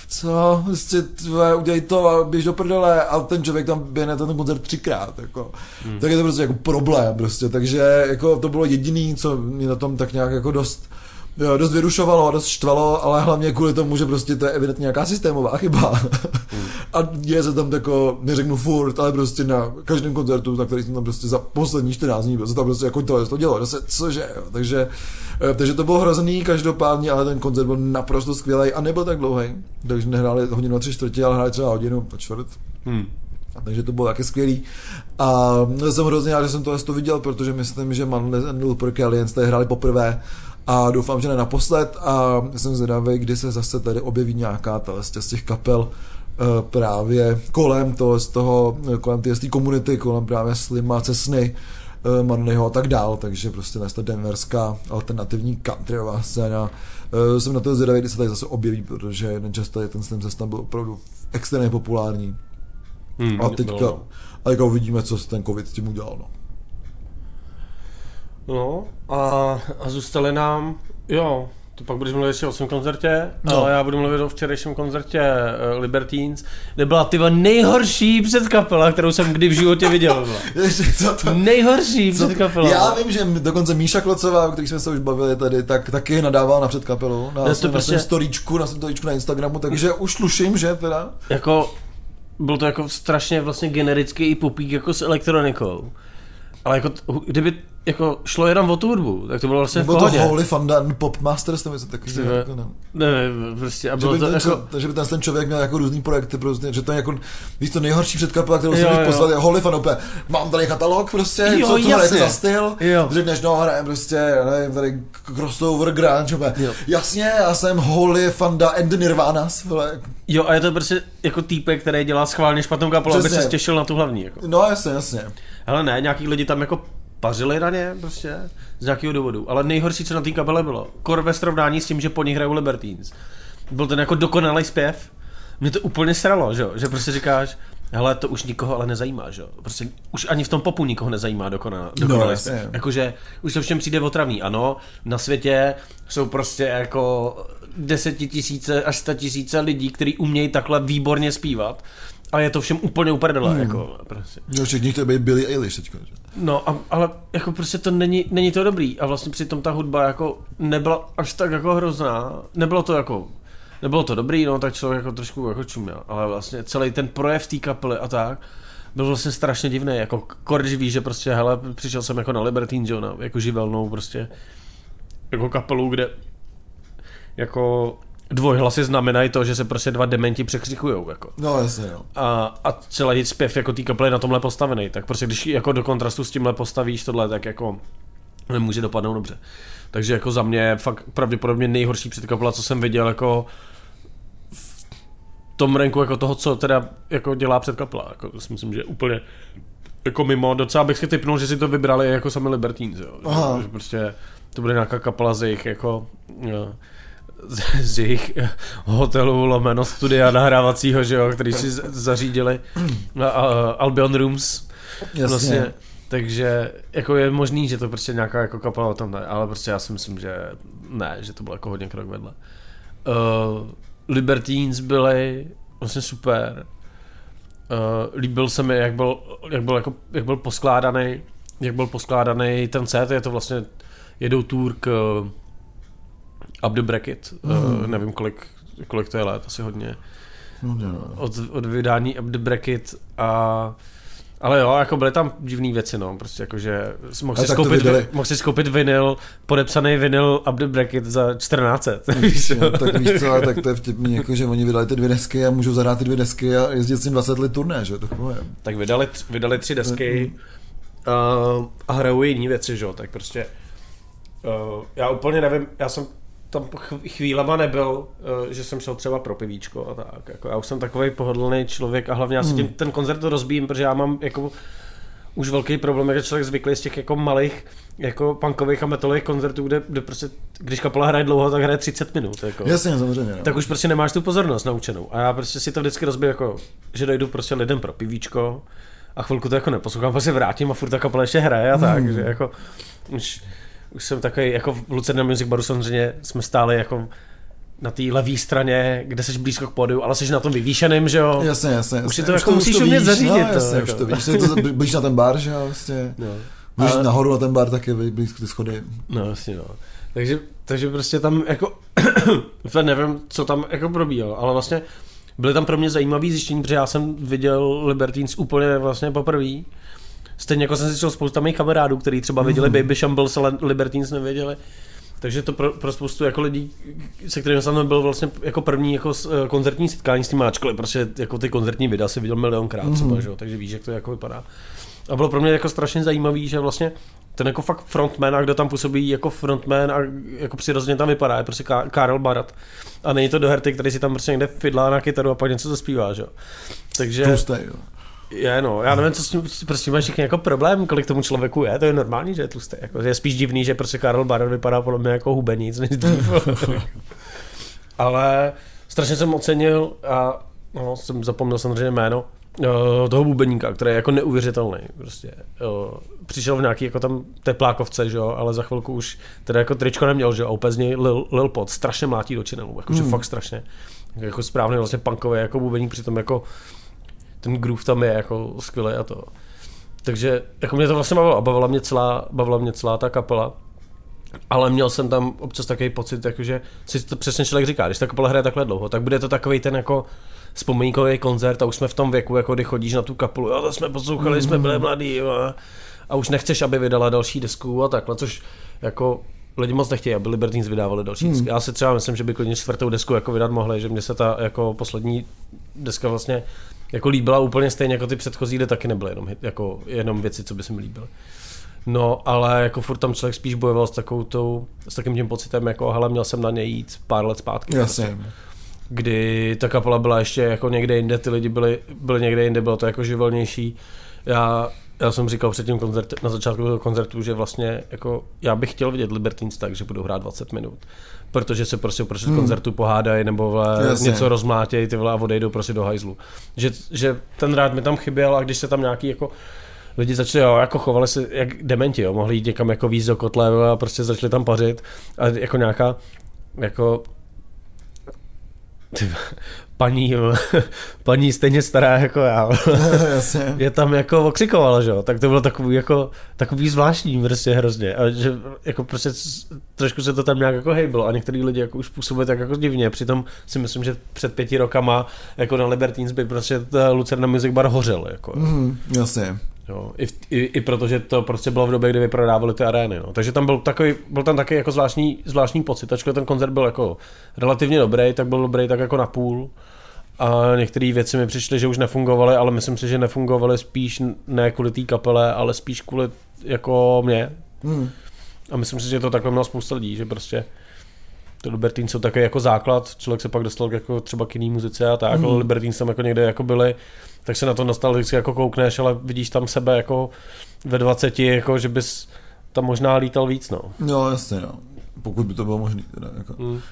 co, prostě tvoje, udělej to a běž do prdele a ten člověk tam běhne ten koncert třikrát, jako. Hmm. Tak je to prostě jako problém, prostě, takže jako to bylo jediný, co mě na tom tak nějak jako dost, jo, dost vyrušovalo, dost štvalo, ale hlavně kvůli tomu, že prostě to je evidentně nějaká systémová chyba. Hmm. A děje se tam tako, neřeknu furt, ale prostě na každém koncertu, na který jsem tam prostě za poslední čtrnáct dní, se tam prostě jako to, to dělo, zase, cože, jo, takže Takže to bylo hrozný, každopádně, ale ten koncert byl naprosto skvělý a nebyl tak dlouhý, takže nehráli hodinu a tři čtvrtě, ale hráli třeba hodinu a čtvrt. Hmm. Takže to bylo taky skvělý. A jsem hrozně rád, že jsem to, to viděl, protože myslím, že Manles and Luperky Aliens tady hráli poprvé a doufám, že ne naposled a jsem zvědavý, kdy se zase tady objeví nějaká z těch kapel právě kolem toho, z toho, kolem té komunity, kolem právě Slima, Cessny, Marleyho a tak dál, takže prostě ta denverská alternativní countryová scéna. Uh, jsem na to zvědavý, kdy se tady zase objeví, protože jeden čas tady ten Slim Cessna byl opravdu extrémně populární. Hmm, a teďka, no. a teďka uvidíme, co ten covid s tím udělal. No, no a, a zůstali nám, jo, to pak budeš mluvit ještě o svém koncertě, no. Ale já budu mluvit o včerejším koncertě uh, Libertines, kde byla tyva nejhorší předkapela, kterou jsem kdy v životě viděl. Co to? Nejhorší co předkapela. Já vím, že dokonce Míša Klocová, o kterých jsme se už bavili tady, tak taky nadával na předkapelu, na, svém prostě... storíčku, na svém storíčku na Instagramu, takže už sluším, že teda. Jako, byl to jako strašně vlastně generický popík jako s elektronikou. Ale jako, kdyby jako šlo jenom o tu hudbu, tak to bylo vlastně v pohodě. Bylo to Holy Funda Pop Masters, nebo něco takového. Jako, ne. ne, prostě. A bylo že by to ten, jako... Takže by ten, ten člověk měl jako různý projekty, prostě, že to je jako, víš, to nejhorší předkapela, kterou jsem poslal, je Holy Funda, úplně, mám tady katalog, prostě, jo, co to hrajete za styl, jo. Řekneš, no, hrajem prostě, nevím, tady crossover grunge, úplně, jasně, já jsem Holy Funda and Nirvanas, vole. Jo, a je to prostě jako týpek, který dělá schválně špatnou kapelu, aby se stěšil na tu hlavní. Jako. No, jasně, jasně. Hele, ne, nějaký lidi tam jako pařili na ně, prostě, z nějakého důvodu. Ale nejhorší, co na té kapele bylo, kor ve srovnání s tím, že po nich hrajou Libertines, byl ten jako dokonalý zpěv. Mě to úplně sralo, že, že prostě říkáš, hele, to už nikoho ale nezajímá, že? Prostě už ani v tom popu nikoho nezajímá dokonalý, dokonalý no, zpěv. Jakože už to všem přijde otravný. Ano, na světě jsou prostě jako desetitisíce až statisíce lidí, kteří umějí takhle výborně zpívat. A je to všem úplně uprdele, hmm. jako prostě. Jo, všichni to být Billie Eilish teďka. No, a, ale jako prostě to není, není to dobrý a vlastně přitom ta hudba jako nebyla až tak jako hrozná, nebylo to jako, nebylo to dobrý, no tak člověk jako trošku jako čuměl, ale vlastně celý ten projev té kapely a tak byl vlastně strašně divný, jako korž ví, že prostě hele, přišel jsem jako na Libertines, jo, na jako živelnou prostě jako kapelu, kde jako dvojhlasy znamenají to, že se prostě dva dementi překřikujou, jako. No, jasně, jo. A, a celý zpěv jako tý kapely je na tomhle postavený, tak prostě když jako do kontrastu s tímhle postavíš tohle, tak jako nemůže dopadnout dobře. Takže jako za mě fakt pravděpodobně nejhorší předkapela, co jsem viděl jako v tom ranku jako toho, co teda jako dělá předkapela, jako to si myslím, že úplně jako mimo, docela bych si tipnul, že si to vybrali jako sami Libertines, jo. Že, že prostě to bude nějaká kapela z jejich jako jo, z, z jejich hotelu lomeno studia nahrávacího, že jo, který si zařídili na Albion Rooms. Jasně. Vlastně, takže jako je možný, že to prostě nějaká jako kapela tam ne, ale prostě já si myslím, že ne, že to bylo jako hodně krok vedle. Uh, Libertines byli vlastně super. Uh, líbil se mi, jak byl, jak byl, jako, jak byl poskládaný, jak byl poskládaný ten set, je to vlastně, jedou tour k uh, Up the Bracket, mm. uh, nevím kolik, kolik to je let, asi hodně, no. od, od vydání Up the Bracket a ale jo, jako byly tam divný věci, no, prostě jakože mohl si, skoupit, mohl si skoupit vinyl, podepsaný vinyl Up the Bracket za čtrnáct set. No, tak víš co, tak to je vtipný, jako, že oni vydali ty dvě desky a můžou zahrát ty dvě desky a jezdit s tím dvacet let turné, že to povím. Tak vydali, vydali tři desky uh, a hrajou jiný věci, že jo, tak prostě uh, já úplně nevím, já jsem tam chvílema nebyl, uh, že jsem šel třeba pro pivíčko a tak, jako já už jsem takovej pohodlný člověk a hlavně já si tím ten koncert to rozbijím, protože já mám jako už velký problém, jak je člověk zvyklý z těch jako malých jako punkových a metalových koncertů, kde, kde prostě, když kapela hraje dlouho, tak hraje třicet minut. Jako. Jasně, samozřejmě. No. Tak už prostě nemáš tu pozornost naučenou. A já prostě si to vždycky rozbiju jako, že dojdu prostě lidem pro pivíčko a chvilku to jako neposlouchám, pak se vrátím a furt ta kapela ještě hraje a tak, mm. že jako už, už jsem takový, jako v Lucerna Music Baru samozřejmě jsme stáli jako na té levé straně, kde jsi blízko k pódiu, ale jsi na tom vyvýšeným, že jo? Jasně, jasně. Už si to už jako to, musíš umět zařídit. No, jasně, to, už jako. to víš, to blíž na ten bar, že jo? Vlastně. No. Blíž ale nahoru na ten bar, tak je blízko ty schody. No, jasně, no. Takže, takže prostě tam jako, nevím, co tam jako probíhalo, ale vlastně byly tam pro mě zajímavý zjištění, protože já jsem viděl Libertines úplně vlastně poprvé. Stejně jako jsem si šel spousta mých kamarádů, kteří třeba viděli mm. Baby Shambles, ale Libertines nevěděli. Takže to pro, pro spoustu jako lidí, se kterými jsem byl vlastně jako první jako koncertní setkání s tím máčkoli, prostě jako ty koncertní videa si viděl milionkrát třeba, mm. že jo, takže víš, jak to jako vypadá. A bylo pro mě jako strašně zajímavý, že vlastně ten jako fakt frontman, a kdo tam působí jako frontman a jako přirozeně tam vypadá, je prostě Karel Barat. A není to Doherty, který si tam prostě někde fidlá na kytaru a pak něco zaspívá, že jo. Takže tlustej, jo. Je, no, já nevím, co s tím, prostě máš všichni jako problém, kolik tomu člověku je, to je normální, že je tlustý, jako, je spíš divný, že prostě Karel Barat vypadá podle mě jako hubenic, než dřív. Ale strašně jsem ocenil a no, jsem zapomněl samozřejmě jméno toho bubeníka, který je jako neuvěřitelný, prostě. Přišel v nějaký jako tam teplákovce, že jo, ale za chvilku už teda jako tričko neměl, že jo, a úplně z něj lil, lil pot, strašně mlátí do činelu, jakože mm. fakt strašně, jako správný vlastně punkový jako bubeník, přitom jako ten groove tam je jako skvělý a to. Takže jako mě to vlastně bavilo a bavila mě celá, bavila mě celá ta kapela. Ale měl jsem tam občas takový pocit, jakože si to přesně člověk říká, když ta kapela hraje takhle dlouho, tak bude to takový ten jako vzpomínkový koncert a už jsme v tom věku, jako kdy chodíš na tu kapelu, jo, to jsme poslouchali, jsme byli mladí, jo, a už nechceš, aby vydala další desku a takhle, což jako lidi moc nechtějí, aby Libertines vydávali další hmm. desky. Já si třeba myslím, že by klidně čtvrtou desku jako vydat mohli, že mě se ta jako poslední deska vlastně jako líbila úplně stejně jako ty předchozí, kde taky nebyly jenom, jako, jenom věci, co by se mi líbily. No, ale jako furt tam člověk spíš bojoval s takovou tou, s takým tím pocitem, jako hele, měl jsem na něj jít pár let zpátky. Jasně. Prostě, kdy ta kapela byla ještě jako někde jinde, ty lidi byli, byli někde jinde, bylo to jako živelnější. Já, já jsem říkal před tím koncertu, na začátku toho koncertu, že vlastně jako já bych chtěl vidět Libertines tak, že budou hrát dvacet minut. Protože se prostě uprostřed hmm. koncertu pohádají nebo vle, něco rozmlátějí ty vle a odejdou prostě do hajzlu. Že, že ten rád mi tam chyběl a když se tam nějaký jako lidi začali, jo, jako chovali se jak dementi, jo, mohli jít někam jako víc do kotle a prostě začali tam pařit a jako nějaká jako ty, paní, paní stejně stará jako já, je tam jako okřikovala, že jo, tak to bylo takový jako takový zvláštní prostě hrozně a že jako prostě trošku se to tam nějak jako hejbilo a některý lidi jako už působili tak jako divně, přitom si myslím, že před pěti rokama jako na Libertines by prostě ta Lucerna Music Bar hořel, jako. Mm, jasně. Jo, i, i, i protože to prostě bylo v době, kdy vyprodávali ty arény, no. Takže tam byl takový, byl tam taky jako zvláštní, zvláštní pocit, ačkoliv ten koncert byl jako relativně dobrý, tak byl dobrý tak jako na půl a některé věci mi přišly, že už nefungovaly, ale myslím si, že nefungovaly spíš ne kvůli té kapele, ale spíš kvůli jako mě. Hmm. A myslím si, že to takhle mělo spousta lidí, že prostě to Libertines jsou taky jako základ, člověk se pak dostal jako třeba k jiný muzice a tak, hmm. ale Libertines tam jako někde jako byly, tak se na to nostalgicky jako koukneš, ale vidíš tam sebe jako ve dvaceti, jako že bys tam možná lítal víc, no. No jasně, no. Pokud by to bylo možné teda, jako. Hmm.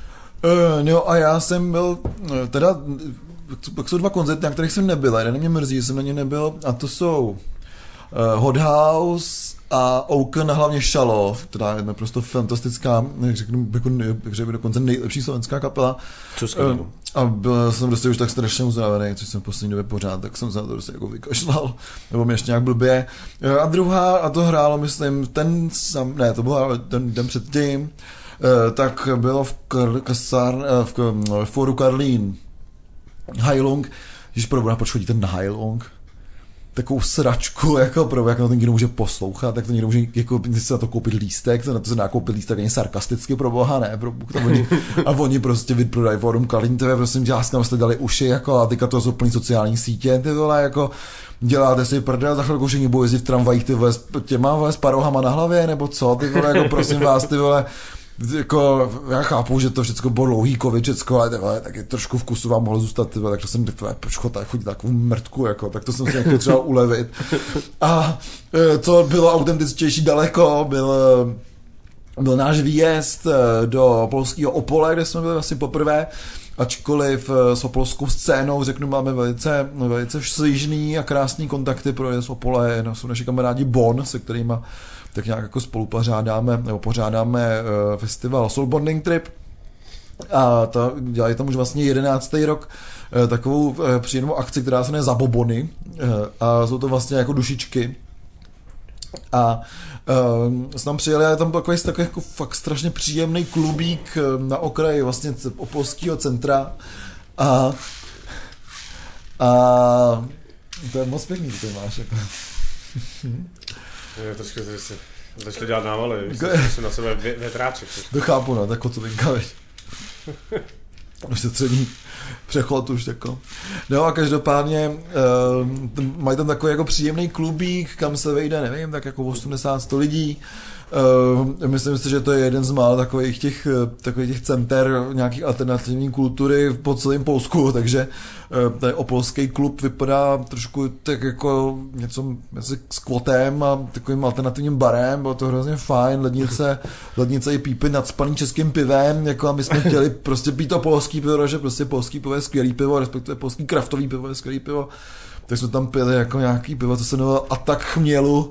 Uh, no a já jsem byl, teda, pak jsou dva koncerty, na kterých jsem nebyl, jeden mě mrzí, že jsem na ně nebyl, a to jsou uh, Hot House a Oaken, hlavně Šalov, která je naprosto fantastická, jak řeknu, jako, jak řeknu, dokonce nejlepší slovenská kapela. Uh, a byl jsem prostě už tak strašně uzdravený, což jsem v poslední době pořád, tak jsem se na to prostě jako vykašlal, nebo mě ještě nějak blbě. A druhá, a to hrálo, myslím, ten sam, ne, to byl ten den předtím, tak bylo v, Kasar, v, v Fóru Karlín Heilung, když probudá, proč chodíte na Heilung, takovou sračku, jako pro, jak na to někdo může poslouchat, tak to někdo může jako, si na to koupit lístek, to na to se dá koupit lístek, ani sarkasticky, pro boha, ne, pro Bůh, oni, a oni prostě vyprodají Fórum Karlín, to je, prosím, děláskám, jste dali uši, jako, a teďka to jsou plný sociální sítě, ty vole, jako, děláte si prdel, za chvilku všichni budou jezdit v tramvajích, ty vole, s těma, vole, s parohama na hlavě, nebo co, ty vole, jako, prosím vás, ty vole, jako, já chápu, že to všechno bylo dlouhý covid, všecko, ale tyhle, taky trošku vkusu vám mohlo zůstat, tyhle, takže jsem tyhle, proč chodit takovou mrtku, jako, tak to jsem si jako třeba ulevit. A co bylo autentičtější daleko, byl, byl náš výjezd do polského Opole, kde jsme byli asi poprvé, ačkoliv s opolskou scénou, řeknu, máme velice, velice svížný a krásný kontakty, protože z Opole jsou naši kamarádi Bon, se kterými tak nějak jako spolu pořádáme, nebo pořádáme uh, festival Soul Bonding Trip a to, dělají tam už vlastně jedenáctý rok uh, takovou uh, příjemnou akci, která se jmenuje Zabobony uh, a jsou to vlastně jako dušičky a uh, jsme tam přijeli a je tam takový, takový jako fakt strašně příjemný klubík uh, na okraji vlastně opolského centra a a to je moc pěkný, to máš jako. Je trošku se začali dělat návaly, jsem na sebe větráček. To chápu, no, tak kocovinka, veď. Už se střední přechod už jako. No a každopádně uh, mají tam takový jako příjemný klubík, kam se vejde, nevím, tak jako osmdesát sto lidí. Uh, myslím si, že to je jeden z mála takových těch, takových těch center nějakých alternativní kultury po celém Polsku, takže uh, tady opolský klub vypadá trošku tak jako něco mezi skvotem a takovým alternativním barem, bylo to hrozně fajn, lednice, lednice i pípy nadspaný českým pivem, jako a my jsme chtěli prostě pít to polský pivo, že prostě polský pivo je skvělý pivo, respektive polský kraftový pivo je skvělý pivo. Tak jsme tam pili jako nějaký pivo, co se jmenovalo Atak chmělu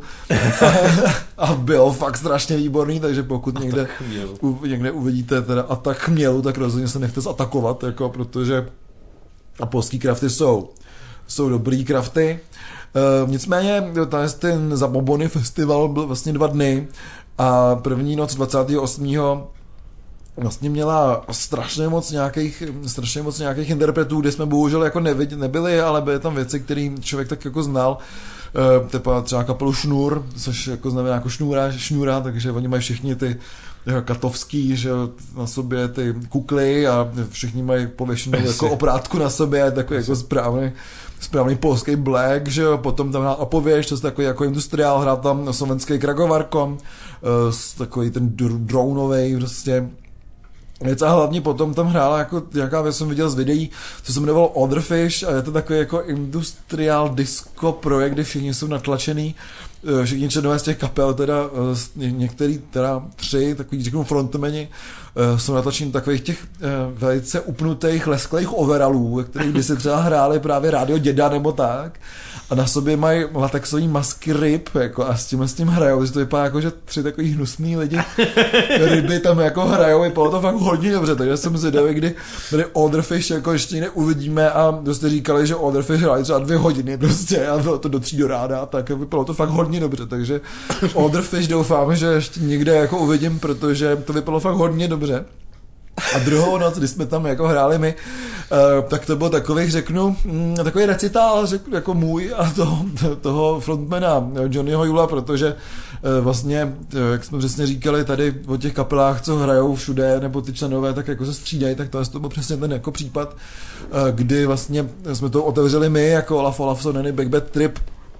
a bylo fakt strašně výborný, takže pokud někde, u, někde uvidíte teda Atak chmělu, tak rozhodně se nechte zatakovat, jako, protože a polský krafty jsou, jsou dobrý krafty. E, nicméně ten Zabobony festival byl vlastně dva dny a první noc dvacátého osmého vlastně měla strašně moc nějakých, strašně moc nějakých interpretů, kde jsme bohužel jako neviděli, nebyli, ale byly tam věci, které člověk tak jako znal. E, tepa třeba kapelu Šnur, což jako znamená jako šnůra, šnůra, takže oni mají všichni ty katovský, že na sobě ty kukly a všichni mají pověšenou jako oprátku na sobě, takový jako správný, správný polský black, že jo, potom tam hrál Apověž, to je takový jako industriál, hrál tam slovenský Kragovarko, e, takový ten dronovej prostě. A hlavně potom tam hrála jako, jaká věc jsem viděl z videí, co se jmenovalo Otherfish a je to takový jako industrial disco projekt, kde všichni jsou natlačený, všichni členové z těch kapel, teda některý, teda tři, takový řeknu frontmeni, jsou natlačení takových těch velice upnutých lesklých overallů, ve kterých by si třeba hráli právě Rádio Děda nebo tak a na sobě mají latexový masky ryb jako a s tím s tím hrajou, takže to vypadá jako, že tři takový hnusný lidi ryby tam jako hrajou, vypadalo to fakt hodně dobře, takže jsem zvědavý, kdy tady Otherfish jako ještě neuvidíme a prostě říkali, že Otherfish hráli třeba dvě hodiny prostě a bylo to do tří do ráda, tak vypadalo to fakt hodně dobře, takže Otherfish doufám, že ještě někde jako uvidím, protože to vypadalo fakt hodně dobře. A druhou noc, když jsme tam jako hráli my, tak to byl takových, řeknu, takový recitál, řeknu, jako můj a toho, toho frontmana Johnnyho Jula, protože vlastně, jak jsme přesně říkali tady o těch kapelách, co hrajou všude, nebo ty členové tak jako se střídají, tak to, to byl přesně ten jako případ, kdy vlastně jsme to otevřeli my jako Olaf Olafsson Back Bad Trip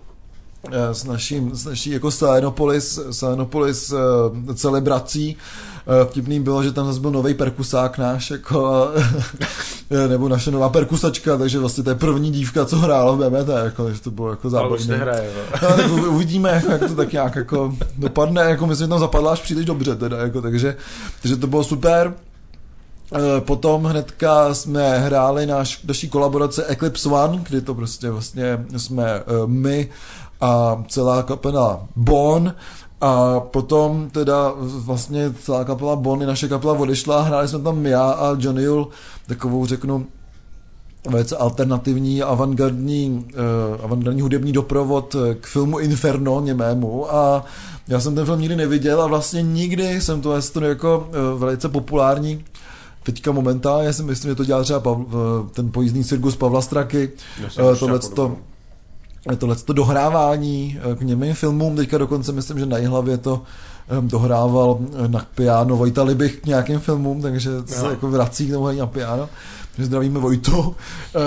s naším, s naší jako Selenopolis, Selenopolis uh, celebrací. Uh, vtipný bylo, že tam zase byl nový perkusák náš, jako, nebo naše nová perkusačka, takže vlastně to je první dívka, co hrála v B M T, jako, že to bylo jako zábavné. Ale už nehraje, no, tak uvidíme, jak, jak to tak nějak jako dopadne, jako myslím, že tam zapadla až příliš dobře, teda, jako, takže, takže to bylo super. Potom hnedka jsme hráli náš další kolaborace Eclipse One, kdy to prostě vlastně jsme my a celá kapela Bon. A potom teda vlastně celá kapela Bon i naše kapela odešla, hráli jsme tam já a Johnny Yule, takovou řeknu velice alternativní, avantgardní, uh, avantgardní hudební doprovod k filmu Inferno němému a já jsem ten film nikdy neviděl a vlastně nikdy jsem to jako uh, velice populární teďka momentálně, já si myslím, že to dělá třeba Pavl, uh, ten pojízdný cirkus Pavla Straky, uh, tohleto tohleto dohrávání k němým filmům, teďka dokonce myslím, že na Jihlavě to um, dohrával na piano Vojta Libich k nějakým filmům, takže se jako vrací k tomu na piano. Zdravíme Vojtu.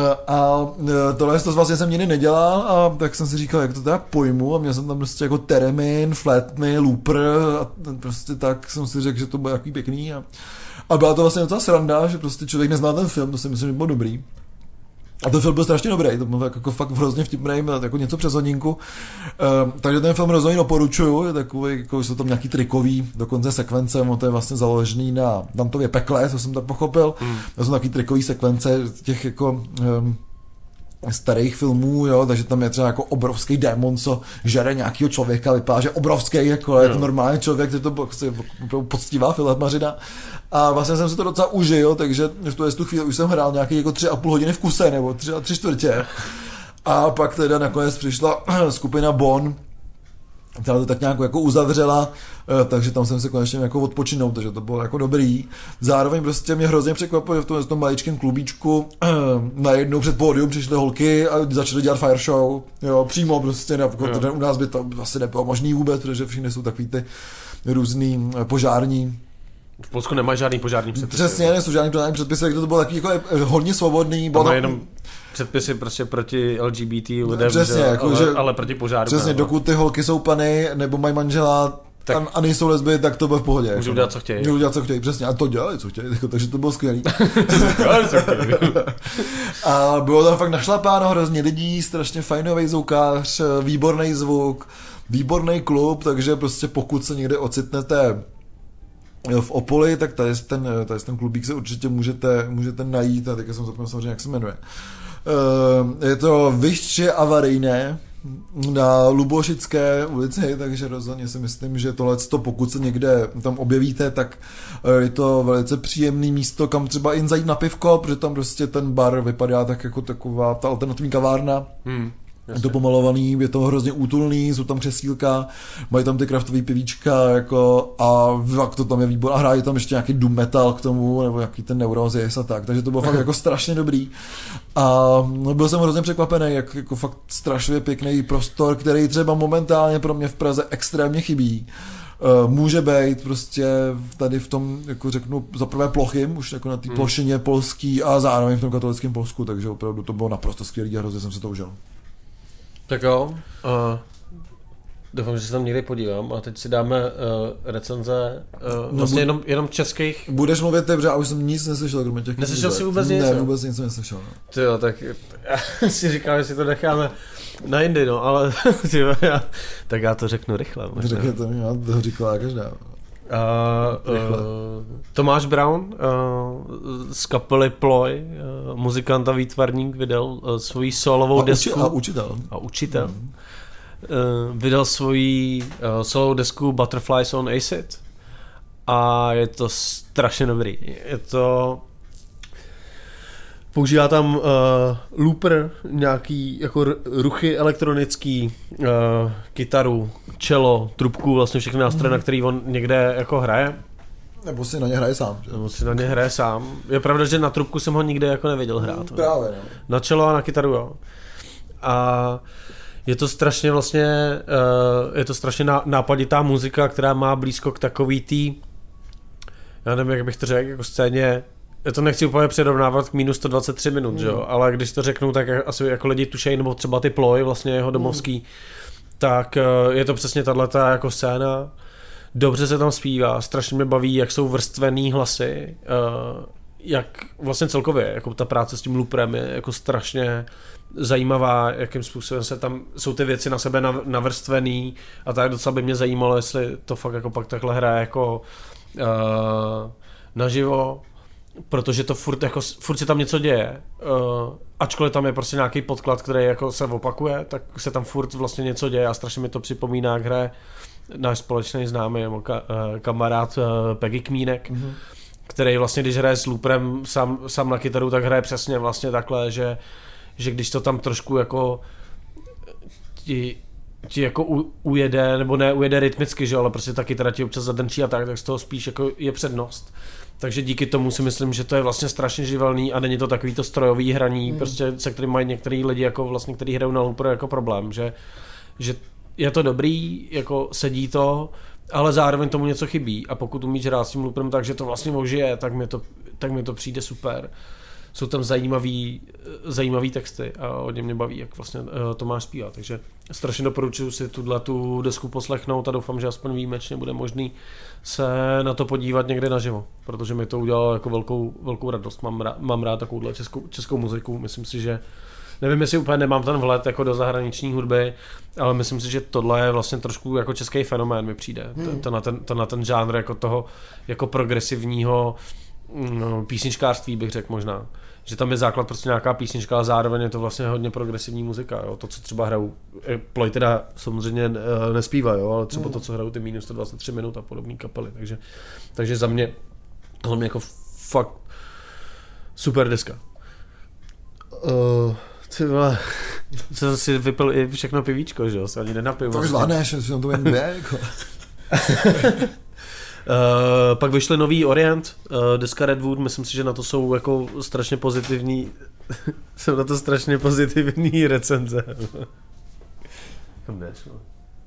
A tohle to vlastně jsem nikdy nedělal a tak jsem si říkal, jak to teda pojmu a měl jsem tam prostě jako teremin, flatny, looper a prostě tak jsem si řekl, že to bude takový pěkný a, a byla to vlastně docela sranda, že prostě člověk nezná ten film, to si myslím, že bylo dobrý. A ten film byl strašně dobrý, to byl jako fakt hrozně vtipný, jako něco přes hodinku. Uh, takže ten film rozhodně doporučuju, je takový, jako jsou tam nějaký trikový, dokonce sekvence, to je vlastně založený na Dantově pekle, to jsem tak pochopil. Mm. To jsou takový trikový sekvence těch jako um, starých filmů, jo, takže tam je třeba jako obrovský démon, co žere nějakýho člověka, vypadá, že obrovský, jako je to normální člověk, to je to poctivá filmařina. A vlastně jsem si to docela užil, takže v tu, tu chvíli už jsem hrál nějaký jako tři a půl hodiny v kuse, nebo tři a tři čtvrtě. A pak teda nakonec přišla skupina Bon, která to tak nějak jako uzavřela, takže tam jsem se konečně jako odpočinout, takže to bylo jako dobrý. Zároveň prostě mě hrozně překvapilo, že v tom, v tom maličkém klubíčku najednou před pódium přišly holky a začaly dělat fire show, jo, přímo prostě, ne, u nás by to asi nebylo možný vůbec, protože všichni jsou takový ty různý požární. V Polsku nemá žádný požární předpisy. Přesně, nejsou žádný požární předpisy, takže to bylo takový jako hodně svobodný. Tam má jenom předpisy prostě proti L G B T lidem, přesně, že, jako, ale, že, ale proti požárům. Přesně, dokud ty holky jsou pany, nebo mají manžela tak, a, a nejsou lesby, tak to bude v pohodě. Můžou jako, dělat, co chtějí. Můžou dělat, co chtějí, přesně. A to dělali, co chtějí, jako, takže to bylo skvělý. A bylo tam fakt našlapáno hrozně lidí, strašně fajnový zvukář, výborný zvuk, výborný klub, takže prostě pokud se někde ocitnete v Opoli, tak tady ten, tady ten klubík se určitě můžete, můžete najít a teďka jsem zapomněl samozřejmě, jak se jmenuje. Je to Vyšče Avarijné na Lubošické ulici, takže rozhodně si myslím, že tohleto, pokud se někde tam objevíte, tak je to velice příjemný místo, kam třeba jen zajít na pivko, protože tam prostě ten bar vypadá tak jako taková ta alternativní kavárna. Hmm. Je to pomalovaný, je to hrozně útulný, jsou tam křesílka, mají tam ty kraftový pivíčka jako, a fakt to tam je výbor a hrají tam ještě nějaký doom metal k tomu, nebo nějaký ten Neurosis a tak, takže to bylo fakt jako strašně dobrý a byl jsem hrozně překvapený, jak jako fakt strašně pěkný prostor, který třeba momentálně pro mě v Praze extrémně chybí. Uh, může být prostě tady v tom, jako řeknu, za prvé plochým, už jako na té plošině polský a zároveň v tom katolickém Polsku, takže opravdu to bylo naprosto skvělý a hrozně jsem se to užil. Tak jo, uh, doufám, že se tam někdy podívám a teď si dáme uh, recenze uh, vlastně no, jenom, jenom českých. Budeš mluvit ty, protože já už jsem nic neslyšel, kromě těch. Neslyšel jsi vůbec nic? Ne, vůbec nic neslyšel. No. Tyjo, tak já si říkám, že si to necháme na jindy, no, ale tyjo, já, tak já to řeknu rychle. Řekne to mi, já to říkala každá. Uh, uh, Tomáš Brown uh, z kapely Ploy, uh, muzikant a výtvarník, vydal uh, svoji solovou a desku. Uči, a učitel. A učitel. Mm. Uh, vydal svoji uh, solovou desku Butterflies on Acid a je to strašně dobrý. Je to... Používá tam uh, looper, nějaký jako ruchy elektronický, uh, kytaru, cello, trubku, vlastně všechny nástroje, na který on někde jako hraje. Nebo si na ně hraje sám. Že? Nebo si na ně hraje sám. Je pravda, že na trubku jsem ho nikde jako neviděl hrát. Mm, právě, no. Na cello a na kytaru, jo. A je to strašně vlastně, uh, je to strašně nápaditá muzika, která má blízko k takový tý, já nevím, jak bych to řekl, jako scéně. Já to nechci úplně přirovnávat k minus sto dvacet tři minut, mm. že jo, ale když to řeknu, tak asi jako lidi tušejí, nebo třeba ty Ploy, vlastně jeho domovský, mm. tak je to přesně tato jako scéna. Dobře se tam zpívá, strašně mě baví, jak jsou vrstvený hlasy, jak vlastně celkově, jako ta práce s tím looprem je jako strašně zajímavá, jakým způsobem se tam, jsou ty věci na sebe navrstvený a tak docela by mě zajímalo, jestli to fakt jako pak takhle hraje jako uh, naživo. protože to furt, jako, furt se tam něco děje. Uh, ačkoliv tam je prostě nějaký podklad, který jako se opakuje, tak se tam furt vlastně něco děje a strašně mi to připomíná, jak hraje náš společný známý nebo ka, uh, kamarád uh, Peggy Kmínek, mm-hmm. který vlastně, když hraje s looprem sám, sám na kytaru, tak hraje přesně vlastně takhle, že, že když to tam trošku jako ti, ti jako u, ujede, nebo ne ujede rytmicky, že ale prostě ta kytara ti občas zadrnčí a tak, tak z toho spíš jako je přednost. Takže díky tomu si myslím, že to je vlastně strašně živelný a není to takový to strojový hraní, mm. prostě se kterým mají některý lidi jako vlastně, kteří hrajou na looper jako problém, že, že je to dobrý, jako sedí to, ale zároveň tomu něco chybí a pokud umíš hrát s tím looperem tak, že to vlastně ožije, tak mi to, tak mi to přijde super. Jsou tam zajímavý, zajímavý texty a hodně mě baví, jak vlastně Tomáš zpívá, takže strašně doporučuji si tuhle tu desku poslechnout a doufám, že aspoň výjimečně bude možný se na to podívat někde naživo, protože mi to udělalo jako velkou, velkou radost. Mám rád, mám rád takovouhle českou, českou muziku, myslím si, že nevím, jestli úplně nemám ten vhled jako do zahraniční hudby, ale myslím si, že tohle je vlastně trošku jako český fenomén mi přijde. Hmm. To, na ten, to na ten žánr jako toho jako progresivního no, písničkářství bych řekl možná. Že tam je základ prostě nějaká písnička, ale zároveň je to vlastně hodně progresivní muzika. Jo? To, co třeba hrajou, Ploy teda samozřejmě nespívá, jo? Ale třeba mm. to, co hrajou ty minus sto dvacet tři minut a podobné kapely. Takže, takže za mě tohle mě jako fakt super deska. Uh, ty vole, jsem si vypil i všechno pivíčko, že jo? Se ani nenapiju. Tak zvládneš, jsem to jen dvě, jako. Uh, pak vyšly nový Orient, uh, deska Redwood, myslím si, že na to jsou jako strašně pozitivní jsou na to strašně pozitivní recenze. Kam jdeš, no?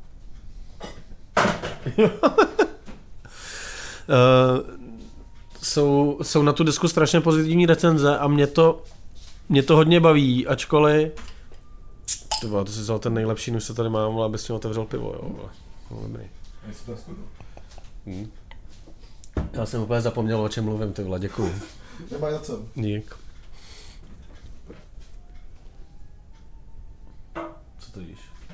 uh, jsou, jsou na tu desku strašně pozitivní recenze a mě to, mě to hodně baví, ačkoliv to, to si vzal ten nejlepší, než se tady mám, ale abys mě otevřel pivo, jo. No, dobrý. Hmm. Já jsem úplně zapomněl, o čem mluvím, ty vole, děkuju. Nemáš za co. Dík. Co to jíš?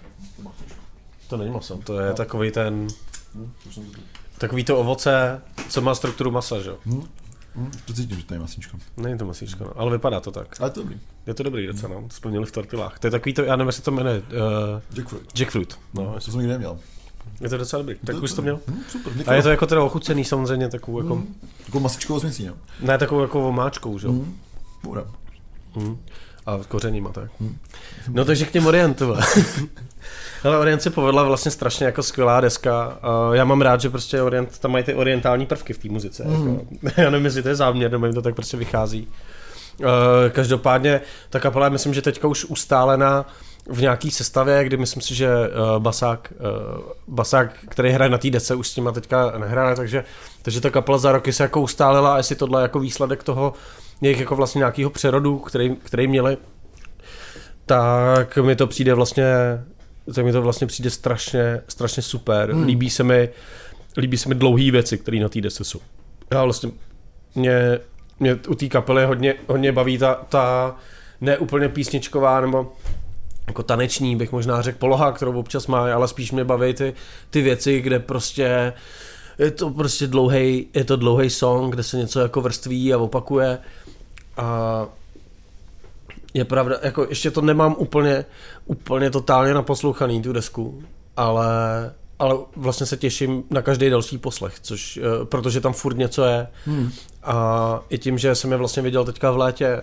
To není maso, to je no. takový ten... Hmm, takový to ovoce, co má strukturu masa, že jo? Hmm. Hmm, to cítím, že to je masíčko. Není to masíčko, no, ale vypadá to tak. Ale to dobrý. Je to dobrý docela, no, splnili v tortilách. To je takový to, já nevím, jestli to jmenuje... Uh, Jackfruit. Jackfruit, no. no to jsem nikdy neměl. Je to docela dobrý. Tak to, už to měl? Hmm, super. A je to jako teda ochucený samozřejmě takovou jako... Hmm. Takovou masičkovou směsí, no? Ne, takovou jako omáčkou, že jo? Hmm. Půjde. Hmm. A kořeníma, tak. Hmm. No takže k těm Orientu. Ale Orient se povedla vlastně strašně jako skvělá deska. Já mám rád, že prostě Orient, tam mají ty orientální prvky v té muzice. Hmm. Jako. Já nevím, jestli to je záměr, nebo jim to tak prostě vychází. Každopádně ta kapela je, myslím, že teďka už ustálená v nějaký sestavě, kdy myslím si, že uh, Basák, uh, Basák, který hraje na té desce, už s tím teďka nehraje, takže, takže ta kapela za roky se jako ustálila a jestli tohle je jako výsledek toho jejich jako vlastně nějakého přerodu, který, který měli, tak mi to přijde vlastně, tak mi to vlastně přijde strašně, strašně super. Hmm. Líbí se mi, líbí se mi dlouhý věci, které na té desce jsou. Já vlastně mě, mě u té kapely hodně, hodně baví ta, ta neúplně písničková nebo jako taneční, bych možná řekl, poloha, kterou občas má, ale spíš mě baví ty, ty věci, kde prostě je to prostě dlouhej, je to dlouhej song, kde se něco jako vrství a opakuje a je pravda, jako ještě to nemám úplně, úplně totálně naposlouchaný tu desku, ale, ale vlastně se těším na každý další poslech, což, protože tam furt něco je hmm. a i tím, že jsem je vlastně viděl teďka v létě,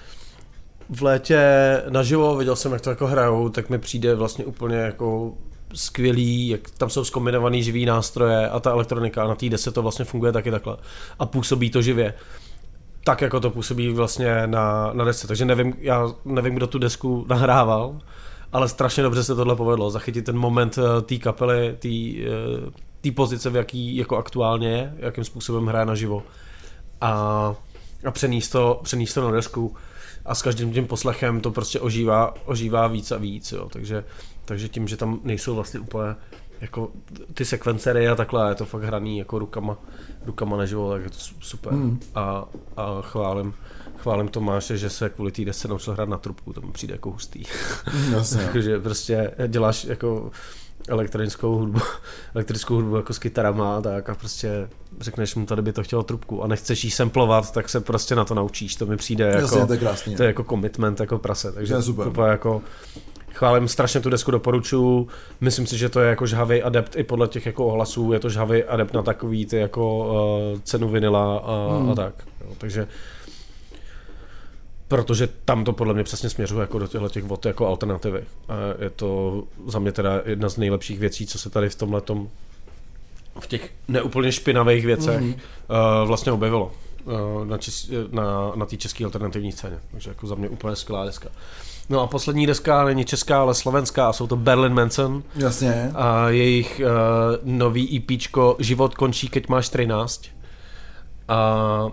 v létě naživo, viděl jsem, jak to jako hrajou, tak mi přijde vlastně úplně jako skvělý, jak tam jsou zkombinovaný živý nástroje a ta elektronika a na té desce to vlastně funguje taky takhle a působí to živě. Tak jako to působí vlastně na, na desce, takže nevím, já nevím, kdo tu desku nahrával, ale strašně dobře se tohle povedlo, zachytit ten moment té kapely, té pozice, v jaký jako aktuálně je, jakým způsobem hraje naživo a, a přenést to, přenést to na desku. A s každým tím poslechem to prostě ožívá, ožívá víc a víc, jo. Takže, takže tím, že tam nejsou vlastně úplně jako ty sekvencery a takhle, je to fakt hraný jako rukama, rukama naživo, tak je to super. Hmm. A, a chválím, chválím Tomáše, že se kvůli té desce naučil hrát na trubku, to mi přijde jako hustý. Jasně. Takže prostě děláš jako elektronickou hudbu, elektrickou hudbu jako s kytarama, tak a prostě řekneš mu, tady by to chtělo trubku a nechceš jí samplovat, tak se prostě na to naučíš, to mi přijde jako, jasně, to je krásný, to je jako commitment, jako prase, takže to je super. To jako, chválím strašně tu desku, doporučuji, myslím si, že to je jako žhavý adept i podle těch jako ohlasů, je to žhavý adept na takový ty jako uh, cenu vinila a, hmm. a tak, jo, takže protože tam to podle mě přesně směřuje jako do těchto těch vod jako alternativy. A je to za mě teda jedna z nejlepších věcí, co se tady v tomhletom v těch neúplně špinavých věcech mm-hmm. uh, vlastně objevilo uh, na, čes, na, na té české alternativní scéně. Takže jako za mě úplně skvělá deska. No a poslední deska není česká, ale slovenská a jsou to Berlin Manson. Jasně. A jejich uh, nový EPčko Život končí, keď máš třináct. A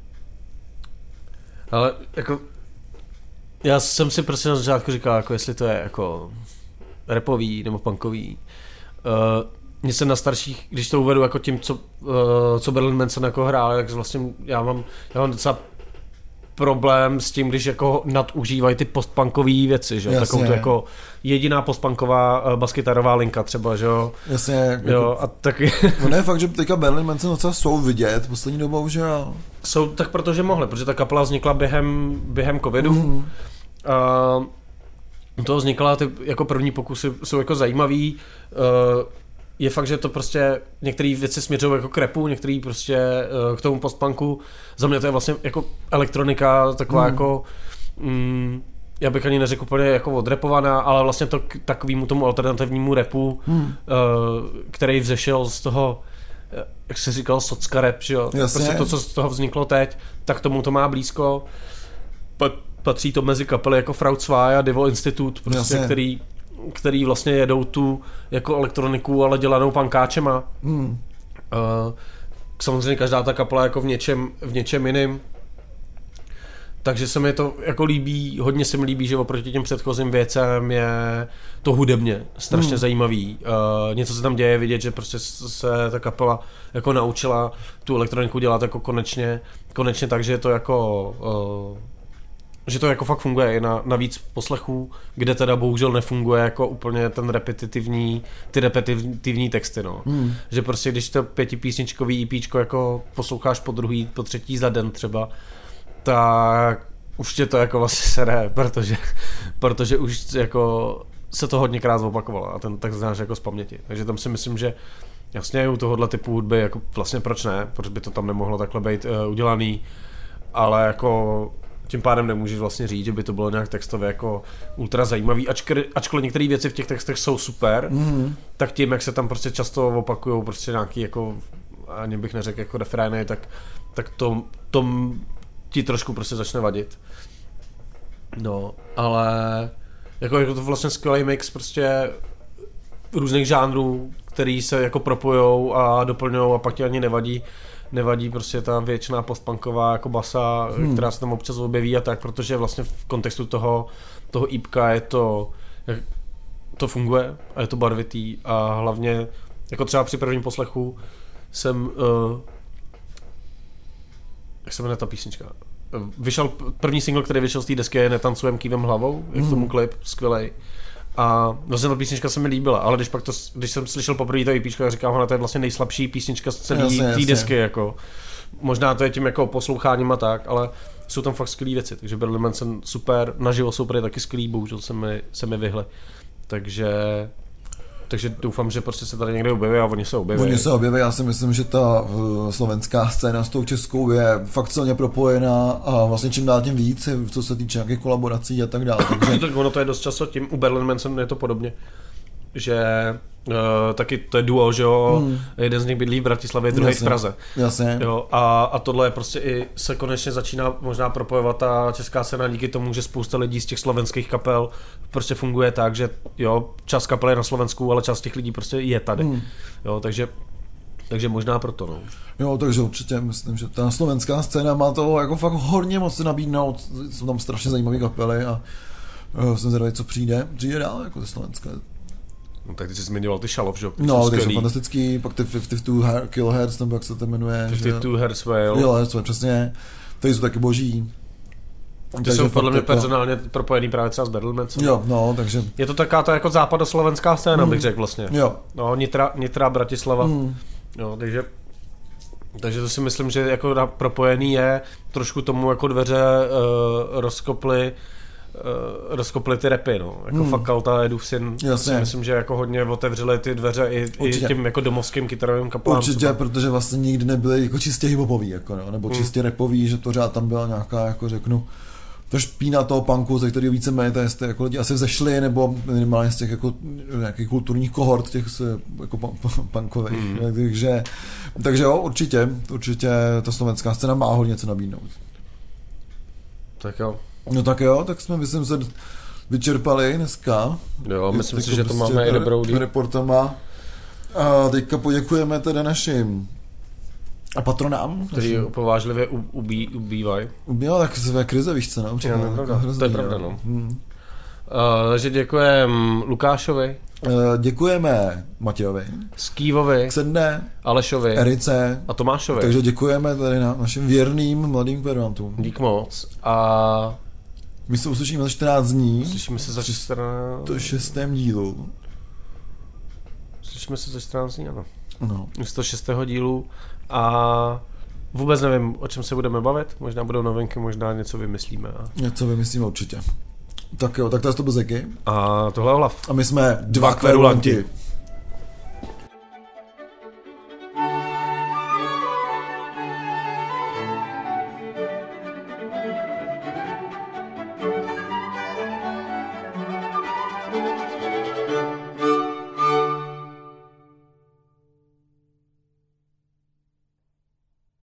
ale jako já jsem si prostě na začátku říkal, jako jestli to je jako rapový nebo punkový. Uh, Mně se na starších, když to uvedu jako tím, co, uh, co Berlin Manson jako hrál, tak vlastně já mám, já mám docela problém s tím, když jako nadužívají ty postpunkové věci, že jo, takovou to jako jediná postpunková uh, baskytarová linka třeba, že jo. Jasně. Jako, jo, a taky... No je fakt, že teďka Berlin Manson docela jsou vidět poslední dobou, že jo. Jsou tak, protože mohli, protože ta kapela vznikla během, během covidu. Mm. Uh, toho vznikla, ty jako první pokusy jsou jako zajímavý. Uh, je fakt, že to prostě některé věci směřují jako k rapu, některé prostě uh, k tomu postpunku. Za mě to je vlastně jako elektronika, taková mm. jako mm, já bych ani neřekl úplně jako odrapovaná, ale vlastně to k takovému tomu alternativnímu rapu, mm. uh, který vzešel z toho, jak se říkal, socka rap, že jo? Prostě to, co z toho vzniklo teď, tak tomu to má blízko. Patří to mezi kapely jako Fraud dva a Divo Institute, prostě, který, který vlastně jedou tu jako elektroniku, ale dělanou pankáčema. Hmm. Uh, samozřejmě každá ta kapela jako v něčem, v něčem jiným. Takže se mi to jako líbí, hodně se mi líbí, že oproti těm předchozím věcem je to hudebně strašně hmm. zajímavý. Uh, něco se tam děje, vidět, že prostě se ta kapela jako naučila tu elektroniku dělat jako konečně, konečně tak, že je to jako uh, že to jako fakt funguje i na, na víc poslechů, kde teda bohužel nefunguje jako úplně ten repetitivní, ty repetitivní texty, no. Hmm. Že prostě když to pětipísničkový EPčko jako posloucháš po druhý, po třetí za den třeba, tak už tě to jako vlastně sere, protože, protože už jako se to hodněkrát opakovalo a ten tak znáš jako z paměti. Takže tam si myslím, že jasně u tohohle typu hudby jako vlastně proč ne, proč by to tam nemohlo takhle být uh, udělaný, ale jako tím pádem nemůžeš vlastně říct, že by to bylo nějak textově jako ultra zajímavý, ačkoliv, ačkoliv některé věci v těch textech jsou super, mm-hmm. tak tím, jak se tam prostě často opakujou prostě nějaký jako, ani bych neřekl jako refrény, tak, tak to, to ti trošku prostě začne vadit. No, ale jako je to vlastně skvělý mix prostě různých žánrů, který se jako propojou a doplňujou a pak ti ani nevadí. Nevadí prostě ta věčná postpunková jako basa, hmm. která se tam občas objeví a tak, protože vlastně v kontextu toho, toho ípka je to, to funguje a je to barvitý a hlavně jako třeba při prvním poslechu jsem, uh, jak se jmenuje ta písnička, vyšel první single, který vyšel z té desky je Netancujem kývem hlavou, je k tomu klip, skvělej. A vlastně ta písnička se mi líbila, ale když pak to, když jsem slyšel poprvé to EPčko, tak říkám, to je vlastně nejslabší písnička z celé té desky, jako. Možná to je tím jako posloucháním a tak, ale jsou tam fakt skvělý věci, takže Berlin Manson super, naživo jsou prý taky skvělý, bohužel se mi, se mi vyhly. Takže takže doufám, že prostě se tady někde objeví a oni se objeví. Oni se objeví, já si myslím, že ta uh, slovenská scéna s tou českou je fakt silně propojená a vlastně čím dál tím víc, co se týče nějakých kolaborací a tak dále. Takže... tak ono to je dost často tím, u Berlin Manson je to podobně, že uh, taky to je duo, že jo, hmm. jeden z nich bydlí v Bratislavě, druhý v Praze. Jasně. Jo, a, a tohle je prostě i se konečně začíná možná propojovat ta česká scéna díky tomu, že spousta lidí z těch slovenských kapel prostě funguje tak, že jo, část kapel je na Slovensku, ale část těch lidí prostě je tady. Hmm. Jo, takže takže možná proto, no. Jo, takže určitě myslím, že ta slovenská scéna má to jako fakt hodně moc nabídnout, jsou tam strašně zajímavé kapely a uh, jsem zvědavý, co přijde, přijde dál jako ze Slovenska. No tak ty jsi zmiňoval ty Šalov, že jo? No, ty jsou fantastický, pak ty padesát dva kilohertz, nebo jak se to jmenuje. padesát dva hertz Whale. Jo, hertz, přesně. Ty jsou taky boží. Ty jsou podle mě jako personálně propojený právě třeba s Berlmencem. Jo, no, takže... Je to taká ta jako západoslovenská scéna, mm. bych řekl vlastně. Jo. No, Nitra, Nitra Bratislava. Mm. No, takže... Takže to si myslím, že jako propojený je, trošku tomu jako dveře uh, rozkoply, uh, rozkoply ty repy, no. Jako hmm. Fakalta, Edův syn, si myslím, že jako hodně otevřely ty dveře i, i těm jako domovským kytarovým kapelám. Určitě, třeba. Protože vlastně nikdy nebyly jako čistě hiphopový, jako no, nebo čistě hmm. rapový, že pořád tam byla nějaká, jako řeknu, to špína toho punku, ze kterého víceméně jste jako lidi asi vzešli, nebo minimálně z těch jako nějakých kulturních kohort, těch jako punkových. Mm. Takže, takže jo, určitě, určitě ta slovenská scéna má hodně co nabídnout. Tak jo. No tak jo, tak jsme myslím se vyčerpali dneska. Jo, myslím jako si, že to prostě máme i dobrou díl. Reportama. A teďka poděkujeme teda našim a patronám. Kteří povážlivě ubí, ubývají. Ubývají tak své krize, víš co, no? Určitě, no, jako hrozný, to je pravda, no. Hmm. Uh, takže děkujeme Lukášovi. Uh, děkujeme Matějovi. Skývovi. Ksedne. Alešovi. Erice. A Tomášovi. Takže děkujeme tady na našim věrným mladým kverantům. Dík moc. A my se uslyšíme za čtrnáct dní. Slyšíme se za čtrnáct... To šestém dílu. Slyšíme se za čtrnáct dní, ano. No. Z toho šestého dílu. A vůbec nevím, o čem se budeme bavit. Možná budou novinky, možná něco vymyslíme. A... Něco vymyslíme určitě. Tak jo, tak to je to Bezeky. A tohle Hlav. A my jsme dva kverulanti.